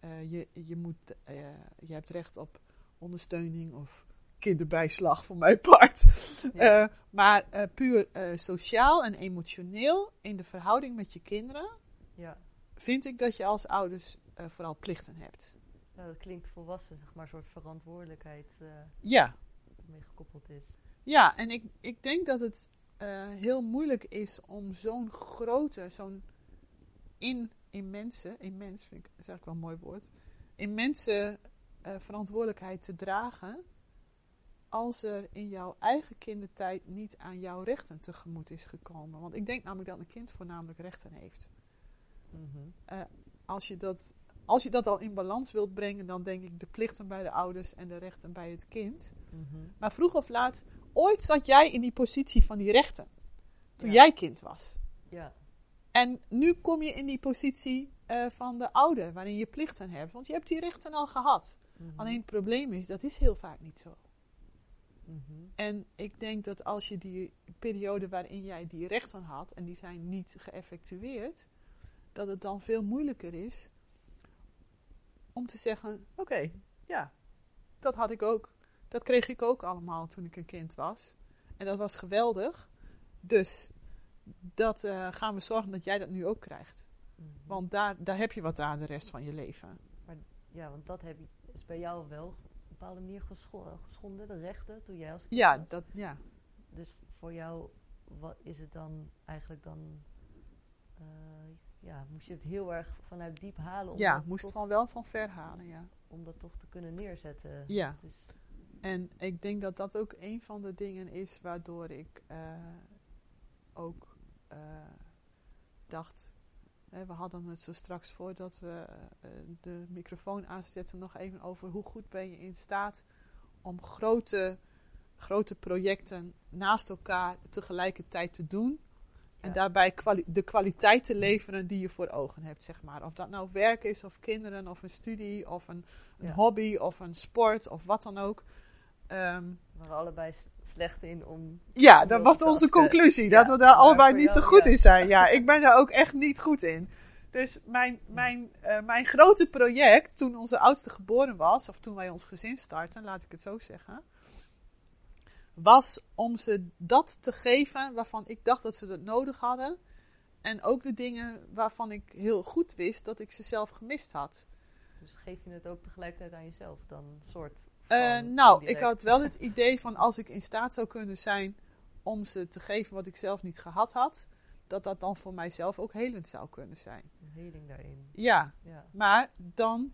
je hebt recht op ondersteuning of kinderbijslag voor mijn part. Ja. Maar puur sociaal en emotioneel in de verhouding met je kinderen, vind ik dat je als ouders vooral plichten hebt. Ja, dat klinkt volwassen, zeg maar, een soort verantwoordelijkheid mee gekoppeld is. Ja, en ik denk dat het heel moeilijk is om immense vind ik, is eigenlijk wel een mooi woord, immense verantwoordelijkheid te dragen als er in jouw eigen kindertijd niet aan jouw rechten tegemoet is gekomen. Want ik denk namelijk dat een kind voornamelijk rechten heeft. Als je dat al in balans wilt brengen, dan denk ik de plichten bij de ouders en de rechten bij het kind. Maar vroeg of laat, ooit zat jij in die positie van die rechten. Toen jij kind was. Ja. En nu kom je in die positie van de ouder, waarin je plichten hebt. Want je hebt die rechten al gehad. Alleen het probleem is, dat is heel vaak niet zo. En ik denk dat als je die periode waarin jij die rechten had, en die zijn niet geëffectueerd, dat het dan veel moeilijker is om te zeggen, oké, dat had ik ook. Dat kreeg ik ook allemaal toen ik een kind was. En dat was geweldig. Dus dat gaan we zorgen dat jij dat nu ook krijgt. Want daar heb je wat aan de rest van je leven. Maar, want dat is bij jou wel op een bepaalde manier geschonden, de rechten, toen jij als kind was. Dus voor jou, wat is het dan eigenlijk dan... moest je het heel erg vanuit diep halen? Moest het wel van ver halen, ja. Om dat toch te kunnen neerzetten. Ja. Dus. En ik denk dat dat ook een van de dingen is waardoor ik ook dacht... we hadden het zo straks voordat we de microfoon aanzetten nog even over hoe goed ben je in staat om grote projecten naast elkaar tegelijkertijd te doen. En daarbij de kwaliteit te leveren die je voor ogen hebt, zeg maar. Of dat nou werk is, of kinderen, of een studie, of een hobby, of een sport, of wat dan ook. We waren allebei slecht in om... Ja, dat was onze conclusie. Dat we daar allebei niet zo goed in zijn. Ja, ik ben daar ook echt niet goed in. Dus mijn grote project, toen onze oudste geboren was, of toen wij ons gezin startten, laat ik het zo zeggen, was om ze dat te geven waarvan ik dacht dat ze dat nodig hadden. En ook de dingen waarvan ik heel goed wist dat ik ze zelf gemist had. Dus geef je het ook tegelijkertijd aan jezelf dan een soort Ik had wel het idee van als ik in staat zou kunnen zijn om ze te geven wat ik zelf niet gehad had, dat dan voor mijzelf ook helend zou kunnen zijn. Een heling daarin. Ja, Ja. maar dan,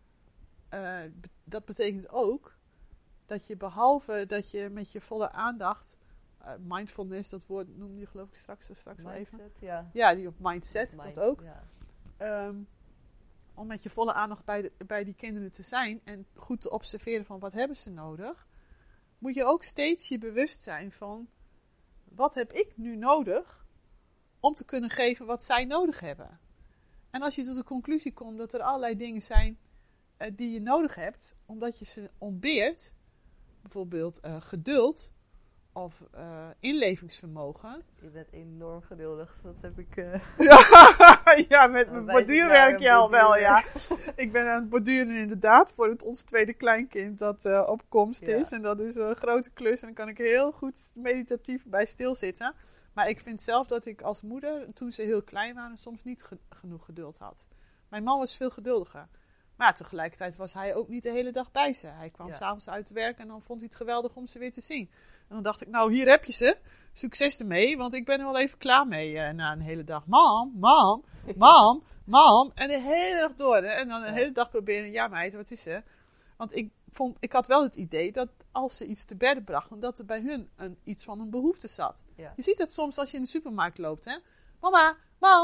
dat betekent ook dat je behalve dat je met je volle aandacht, mindfulness, dat woord noemde je geloof ik straks wel even. Mindset, ja. Ja, die op mindset, Mind, dat ook. Ja. Om met je volle aandacht bij die kinderen te zijn en goed te observeren van wat hebben ze nodig, moet je ook steeds je bewust zijn van wat heb ik nu nodig om te kunnen geven wat zij nodig hebben. En als je tot de conclusie komt dat er allerlei dingen zijn die je nodig hebt, omdat je ze ontbeert, bijvoorbeeld geduld of inlevingsvermogen. Je bent enorm geduldig, dat heb ik... Ja, met mijn borduurwerk al wel, ja. Ik ben aan het borduren inderdaad voor ons tweede kleinkind dat op komst is. En dat is een grote klus en dan kan ik heel goed meditatief bij stilzitten. Maar ik vind zelf dat ik als moeder, toen ze heel klein waren, soms niet genoeg geduld had. Mijn man was veel geduldiger. Maar tegelijkertijd was hij ook niet de hele dag bij ze. Hij kwam 's avonds uit werk en dan vond hij het geweldig om ze weer te zien. En dan dacht ik, nou hier heb je ze. Succes ermee, want ik ben er wel even klaar mee na een hele dag. Mam. En de hele dag door. Hè? En dan de hele dag proberen, ja meid, wat is er? Want ik had wel het idee dat als ze iets te bedden brachten, dat er bij hun iets van een behoefte zat. Ja. Je ziet het soms als je in de supermarkt loopt, hè. Mama.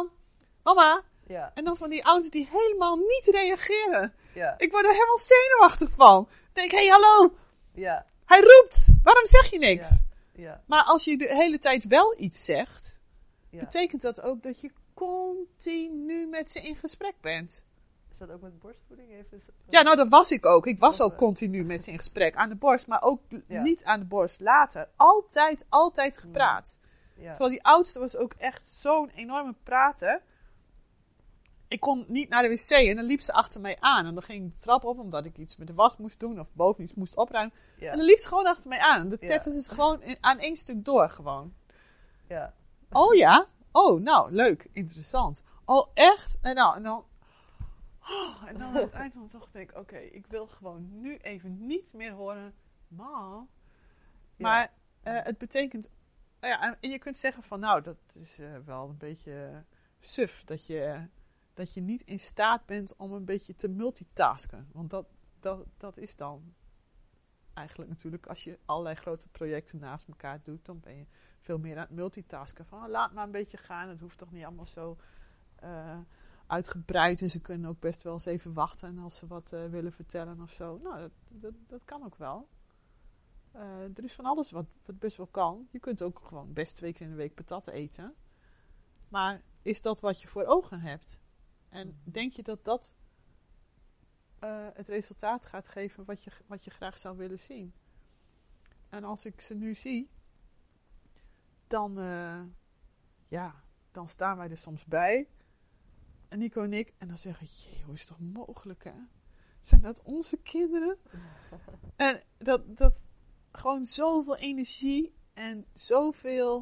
Ja. En dan van die ouders die helemaal niet reageren. Ja. Ik word er helemaal zenuwachtig van. Ik denk, hé, hallo. Ja. Hij roept. Waarom zeg je niks? Ja. Ja. Maar als je de hele tijd wel iets zegt, Ja. betekent dat ook dat je continu met ze in gesprek bent. Is dat ook met borstvoeding? Ja, nou dat was ik ook. Ik was Of, ook continu met ze in gesprek. Aan de borst, maar ook niet aan de borst. Later. Altijd gepraat. Ja. Vooral die oudste was ook echt zo'n enorme prater. Ik kon niet naar de wc en dan liep ze achter mij aan. En dan ging ik de trap op omdat ik iets met de was moest doen of boven iets moest opruimen. Ja. En dan liep ze gewoon achter mij aan. De tetters is gewoon aan één stuk door gewoon. Ja. Oh ja? Oh, nou, leuk. Interessant. Oh, echt? En dan aan het eind van de dag denk ik, oké, ik wil gewoon nu even niet meer horen, ma. Maar het betekent, en je kunt zeggen van, nou, dat is wel een beetje suf, dat je niet in staat bent om een beetje te multitasken. Want dat is dan eigenlijk natuurlijk, als je allerlei grote projecten naast elkaar doet, dan ben je veel meer aan het multitasken. Van, laat maar een beetje gaan, het hoeft toch niet allemaal zo uitgebreid. En ze kunnen ook best wel eens even wachten en als ze wat willen vertellen of zo. Nou, dat kan ook wel. Er is van alles wat best wel kan. Je kunt ook gewoon best 2 keer in de week patatten eten. Maar is dat wat je voor ogen hebt? En denk je dat het resultaat gaat geven wat je graag zou willen zien? En als ik ze nu zie, dan staan wij er soms bij. En Nico en ik. En dan zeggen we, jee, hoe is het toch mogelijk, hè? Zijn dat onze kinderen? En dat gewoon zoveel energie en zoveel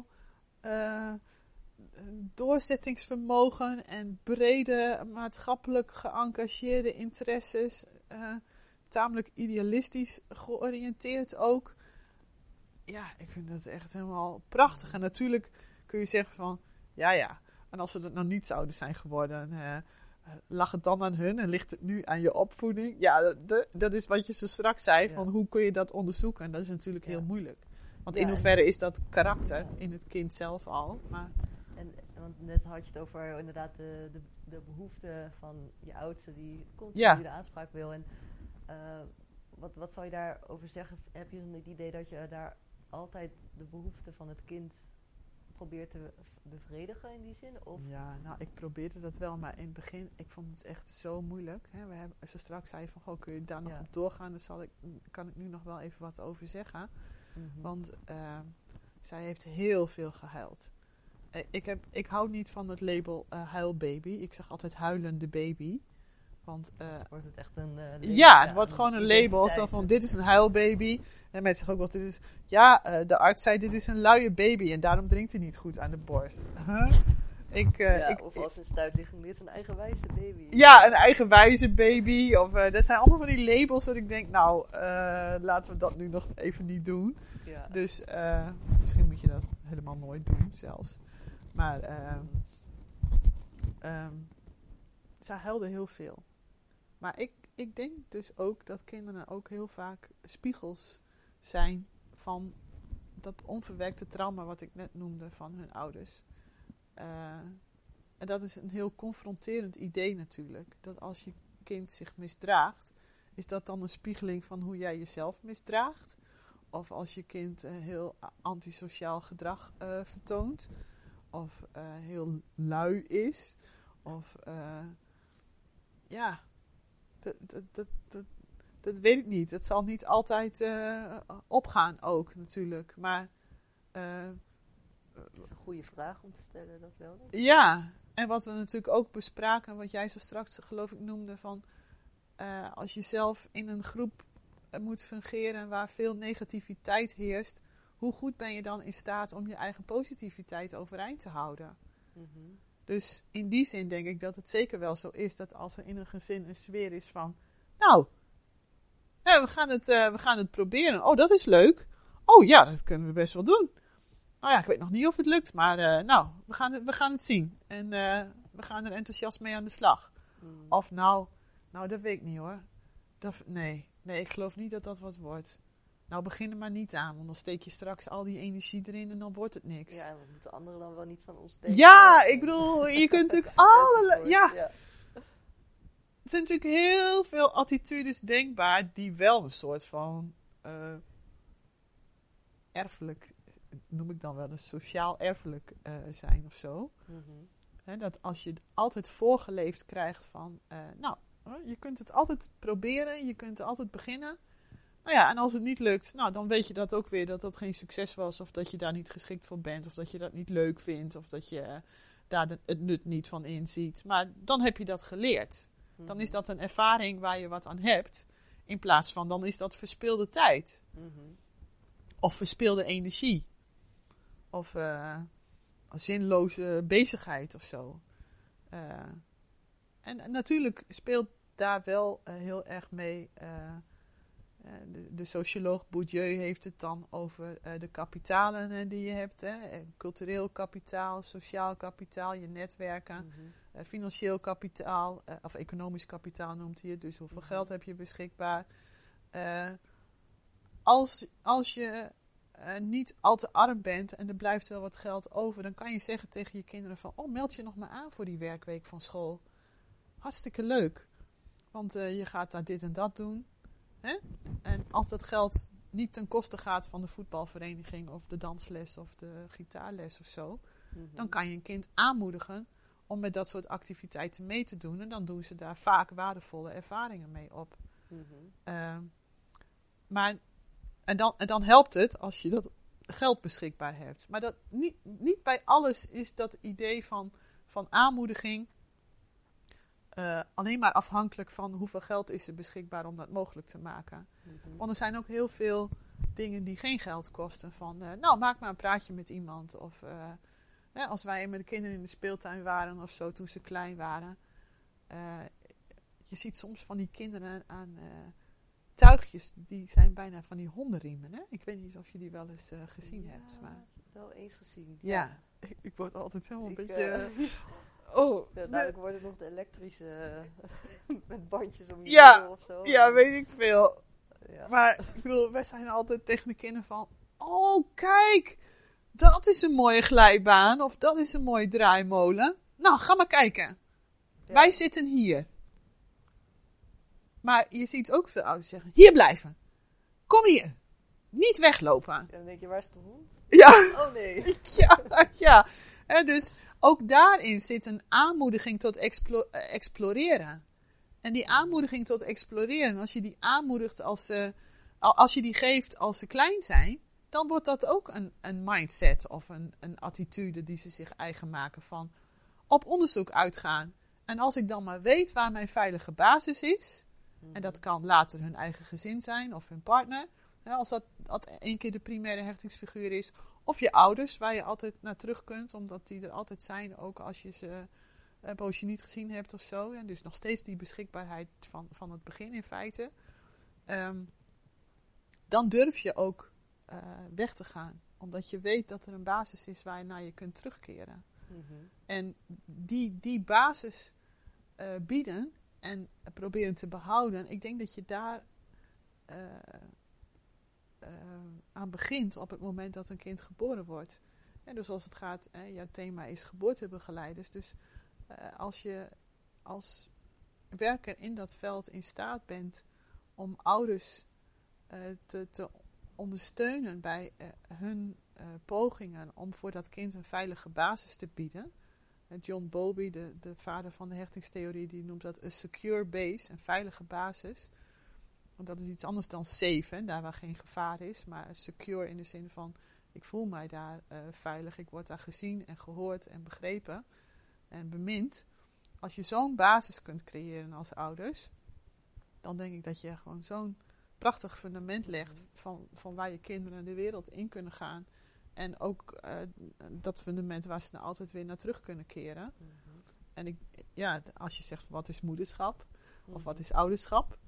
doorzettingsvermogen en brede maatschappelijk geëngageerde interesses, tamelijk idealistisch georiënteerd ook. Ja, ik vind dat echt helemaal prachtig. En natuurlijk kun je zeggen van, ja, en als ze dat nou niet zouden zijn geworden, lag het dan aan hun en ligt het nu aan je opvoeding? Ja, dat is wat je zo straks zei, van hoe kun je dat onderzoeken? En dat is natuurlijk heel moeilijk. Want in hoeverre is dat karakter in het kind zelf al? Maar want net had je het over inderdaad de behoefte van je oudste die continu de aanspraak wil. En wat zou je daarover zeggen? Heb je het idee dat je daar altijd de behoefte van het kind probeert te bevredigen in die zin? Of? Ja, nou, ik probeerde dat wel, maar in het begin, ik vond het echt zo moeilijk. Hè. Zo straks zei je van, goh, kun je daar nog op doorgaan? Daar kan ik nu nog wel even wat over zeggen. Mm-hmm. Want zij heeft heel veel gehuild. Ik hou niet van het label huilbaby. Ik zeg altijd huilende baby. Want wordt het echt een het wordt gewoon een label. Zo van, dit is een huilbaby. En mensen zeggen ook wel, dit is... Ja, de arts zei, dit is een luie baby. En daarom drinkt hij niet goed aan de borst. Huh? Of als een stuitligging, dit is een eigenwijze baby. Ja, een eigenwijze baby. Of dat zijn allemaal van die labels dat ik denk, nou, laten we dat nu nog even niet doen. Ja. Dus misschien moet je dat helemaal nooit doen zelfs. Maar ze huilden heel veel. Maar ik denk dus ook dat kinderen ook heel vaak spiegels zijn van dat onverwerkte trauma wat ik net noemde van hun ouders. En dat is een heel confronterend idee natuurlijk. Dat als je kind zich misdraagt, is dat dan een spiegeling van hoe jij jezelf misdraagt? Of als je kind heel antisociaal gedrag vertoont? Of heel lui is? Of dat weet ik niet. Het zal niet altijd opgaan ook natuurlijk. Maar het is een goede vraag om te stellen, dat wel. ja, en wat we natuurlijk ook bespraken, wat jij zo straks geloof ik noemde, van als je zelf in een groep moet fungeren waar veel negativiteit heerst, hoe goed ben je dan in staat om je eigen positiviteit overeind te houden? Mm-hmm. Dus in die zin denk ik dat het zeker wel zo is dat als er in een gezin een sfeer is van, nou, we gaan het proberen. Oh, dat is leuk. Oh ja, dat kunnen we best wel doen. Nou ja, ik weet nog niet of het lukt, maar we gaan het zien. En we gaan er enthousiast mee aan de slag. Mm. Of nou, dat weet ik niet hoor. Nee, ik geloof niet dat dat wat wordt. Nou, begin er maar niet aan, want dan steek je straks al die energie erin en dan wordt het niks. Ja, en wat moeten anderen dan wel niet van ons denken? Ja, ik bedoel, je kunt natuurlijk allerlei... Ja. Er zijn natuurlijk heel veel attitudes denkbaar die wel een soort van erfelijk, noem ik dan wel eens sociaal erfelijk zijn of zo. Mm-hmm. Dat als je altijd voorgeleefd krijgt van, je kunt het altijd proberen, je kunt altijd beginnen. Nou ja, en als het niet lukt, nou, dan weet je dat ook weer, dat dat geen succes was, of dat je daar niet geschikt voor bent, of dat je dat niet leuk vindt, of dat je daar het nut niet van inziet. Maar dan heb je dat geleerd. Dan is dat een ervaring waar je wat aan hebt, in plaats van dan is dat verspilde tijd. Mm-hmm. Of verspilde energie. Of zinloze bezigheid of zo. En natuurlijk speelt daar wel heel erg mee. De socioloog Bourdieu heeft het dan over de kapitalen die je hebt. Cultureel kapitaal, sociaal kapitaal, je netwerken. Mm-hmm. Financieel kapitaal, of economisch kapitaal noemt hij het. Dus hoeveel geld heb je beschikbaar. Als je niet al te arm bent en er blijft wel wat geld over, dan kan je zeggen tegen je kinderen van, oh, meld je nog maar aan voor die werkweek van school. Hartstikke leuk. Want je gaat daar dit en dat doen. Hè? En als dat geld niet ten koste gaat van de voetbalvereniging of de dansles of de gitaarles of zo, Mm-hmm. dan kan je een kind aanmoedigen om met dat soort activiteiten mee te doen. En dan doen ze daar vaak waardevolle ervaringen mee op. Mm-hmm. En dan helpt het als je dat geld beschikbaar hebt. Maar dat niet bij alles is dat idee van aanmoediging alleen maar afhankelijk van hoeveel geld is er beschikbaar om dat mogelijk te maken. Mm-hmm. Want er zijn ook heel veel dingen die geen geld kosten. Van, maak maar een praatje met iemand. Of als wij met de kinderen in de speeltuin waren of zo, toen ze klein waren. Je ziet soms van die kinderen aan tuigjes, die zijn bijna van die hondenriemen. Hè? Ik weet niet of je die wel eens gezien hebt. Maar Wel eens gezien. ja, ik word altijd wel een beetje... Dadelijk wordt het nog de elektrische met bandjes om je middel of zo. Ja, weet ik veel. Ja. Maar ik bedoel, wij zijn altijd tegen de kinderen van, oh kijk, dat is een mooie glijbaan of dat is een mooie draaimolen. Nou, ga maar kijken. Ja. Wij zitten hier. Maar je ziet ook veel ouders zeggen, hier blijven. Kom hier. Niet weglopen. En dan denk je, waar is de hond? Ja. Oh nee. Ja. Dus ook daarin zit een aanmoediging tot exploreren. En die aanmoediging tot exploreren, als je die aanmoedigt als je die geeft als ze klein zijn, dan wordt dat ook een mindset of een attitude die ze zich eigen maken van op onderzoek uitgaan. En als ik dan maar weet waar mijn veilige basis is, en dat kan later hun eigen gezin zijn of hun partner, als dat één keer de primaire hechtingsfiguur is, Of je ouders, waar je altijd naar terug kunt, omdat die er altijd zijn, ook als je ze een poosje niet gezien hebt of zo. En dus nog steeds die beschikbaarheid van het begin in feite. Dan durf je ook weg te gaan. Omdat je weet dat er een basis is waar je naar je kunt terugkeren. Mhm. En die basis bieden en proberen te behouden. Ik denk dat je daar aan begint op het moment dat een kind geboren wordt. En dus als het gaat, jouw thema is geboortebegeleiders. Dus als je als werker in dat veld in staat bent om ouders te ondersteunen bij hun pogingen om voor dat kind een veilige basis te bieden. John Bowlby, de vader van de hechtingstheorie, die noemt dat een secure base, een veilige basis. Want dat is iets anders dan safe, hè, daar waar geen gevaar is. Maar secure in de zin van, ik voel mij daar veilig, ik word daar gezien en gehoord en begrepen en bemind. Als je zo'n basis kunt creëren als ouders, dan denk ik dat je gewoon zo'n prachtig fundament legt van waar je kinderen de wereld in kunnen gaan. En ook dat fundament waar ze nou altijd weer naar terug kunnen keren. Mhm. En als je zegt wat is moederschap of wat is ouderschap,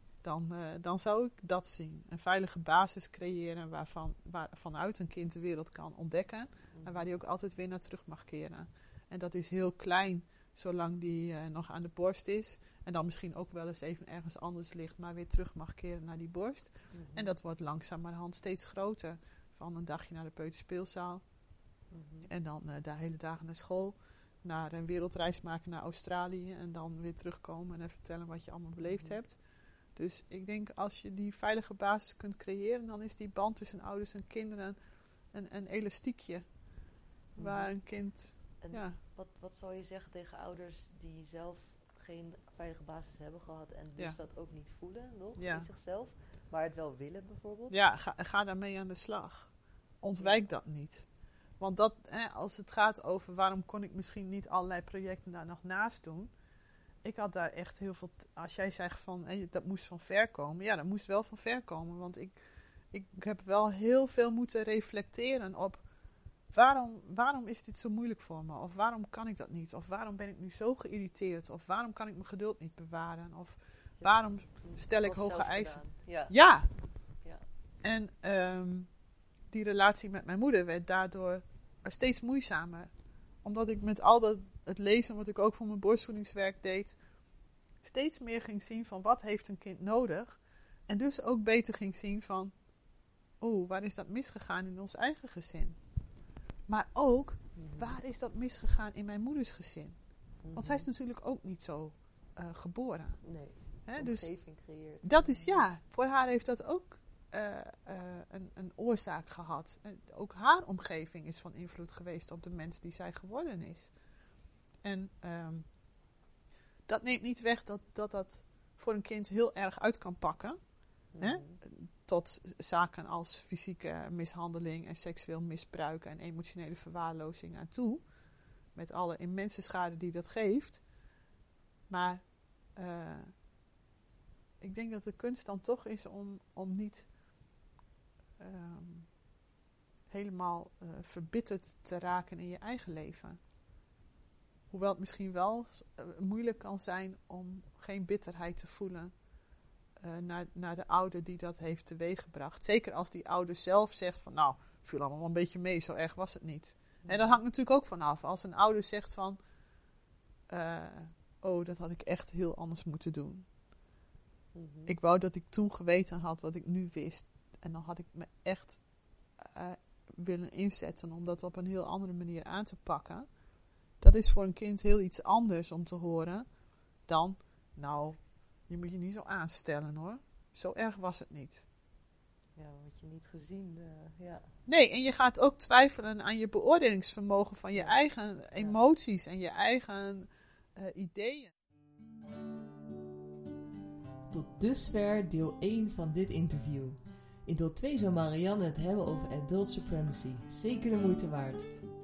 dan zou ik dat zien. Een veilige basis creëren vanuit een kind de wereld kan ontdekken. En waar die ook altijd weer naar terug mag keren. En dat is heel klein, zolang die nog aan de borst is. En dan misschien ook wel eens even ergens anders ligt, maar weer terug mag keren naar die borst. Mhm. En dat wordt langzamerhand steeds groter. Van een dagje naar de peuterspeelzaal. Mhm. En dan daar hele dagen naar school. Naar een wereldreis maken naar Australië. En dan weer terugkomen en vertellen wat je allemaal beleefd hebt. Dus ik denk als je die veilige basis kunt creëren, dan is die band tussen ouders en kinderen een elastiekje. Waar een kind... En wat zou je zeggen tegen ouders die zelf geen veilige basis hebben gehad en dus dat ook niet voelen nog in zichzelf, maar het wel willen bijvoorbeeld? Ja, ga daarmee aan de slag. Ontwijk dat niet. Want als het gaat over waarom kon ik misschien niet allerlei projecten daar nog naast doen. Ik had daar echt heel veel... Als jij zegt van dat moest van ver komen. Ja, dat moest wel van ver komen. Want ik heb wel heel veel moeten reflecteren op... Waarom is dit zo moeilijk voor me? Of waarom kan ik dat niet? Of waarom ben ik nu zo geïrriteerd? Of waarom kan ik mijn geduld niet bewaren? Of waarom stel ik hoge eisen? Ja. En die relatie met mijn moeder werd daardoor steeds moeizamer. Omdat ik met al het lezen, wat ik ook voor mijn borstvoedingswerk deed, steeds meer ging zien van wat heeft een kind nodig. En dus ook beter ging zien van, waar is dat misgegaan in ons eigen gezin? Maar ook, waar is dat misgegaan in mijn moeders gezin? Want zij is natuurlijk ook niet zo geboren. Nee, dus omgeving creëert. Dat is, voor haar heeft dat ook een oorzaak gehad. Ook haar omgeving is van invloed geweest op de mens die zij geworden is. En dat neemt niet weg dat voor een kind heel erg uit kan pakken. Hè? Tot zaken als fysieke mishandeling en seksueel misbruik en emotionele verwaarlozing aan toe. Met alle immense schade die dat geeft. Maar ik denk dat de kunst dan toch is om niet helemaal verbitterd te raken in je eigen leven. Hoewel het misschien wel moeilijk kan zijn om geen bitterheid te voelen naar de ouder die dat heeft teweeggebracht. Zeker als die ouder zelf zegt van nou, viel allemaal wel een beetje mee, zo erg was het niet. En dat hangt natuurlijk ook vanaf. Als een ouder zegt van dat had ik echt heel anders moeten doen. Ik wou dat ik toen geweten had wat ik nu wist. En dan had ik me echt willen inzetten om dat op een heel andere manier aan te pakken. Dat is voor een kind heel iets anders om te horen dan, nou, je moet je niet zo aanstellen hoor. Zo erg was het niet. Ja, wat je niet gezien, Nee, en je gaat ook twijfelen aan je beoordelingsvermogen van je eigen emoties en je eigen ideeën. Tot dusver deel 1 van dit interview. In deel 2 zou Marianne het hebben over adult supremacy. Zeker de moeite waard.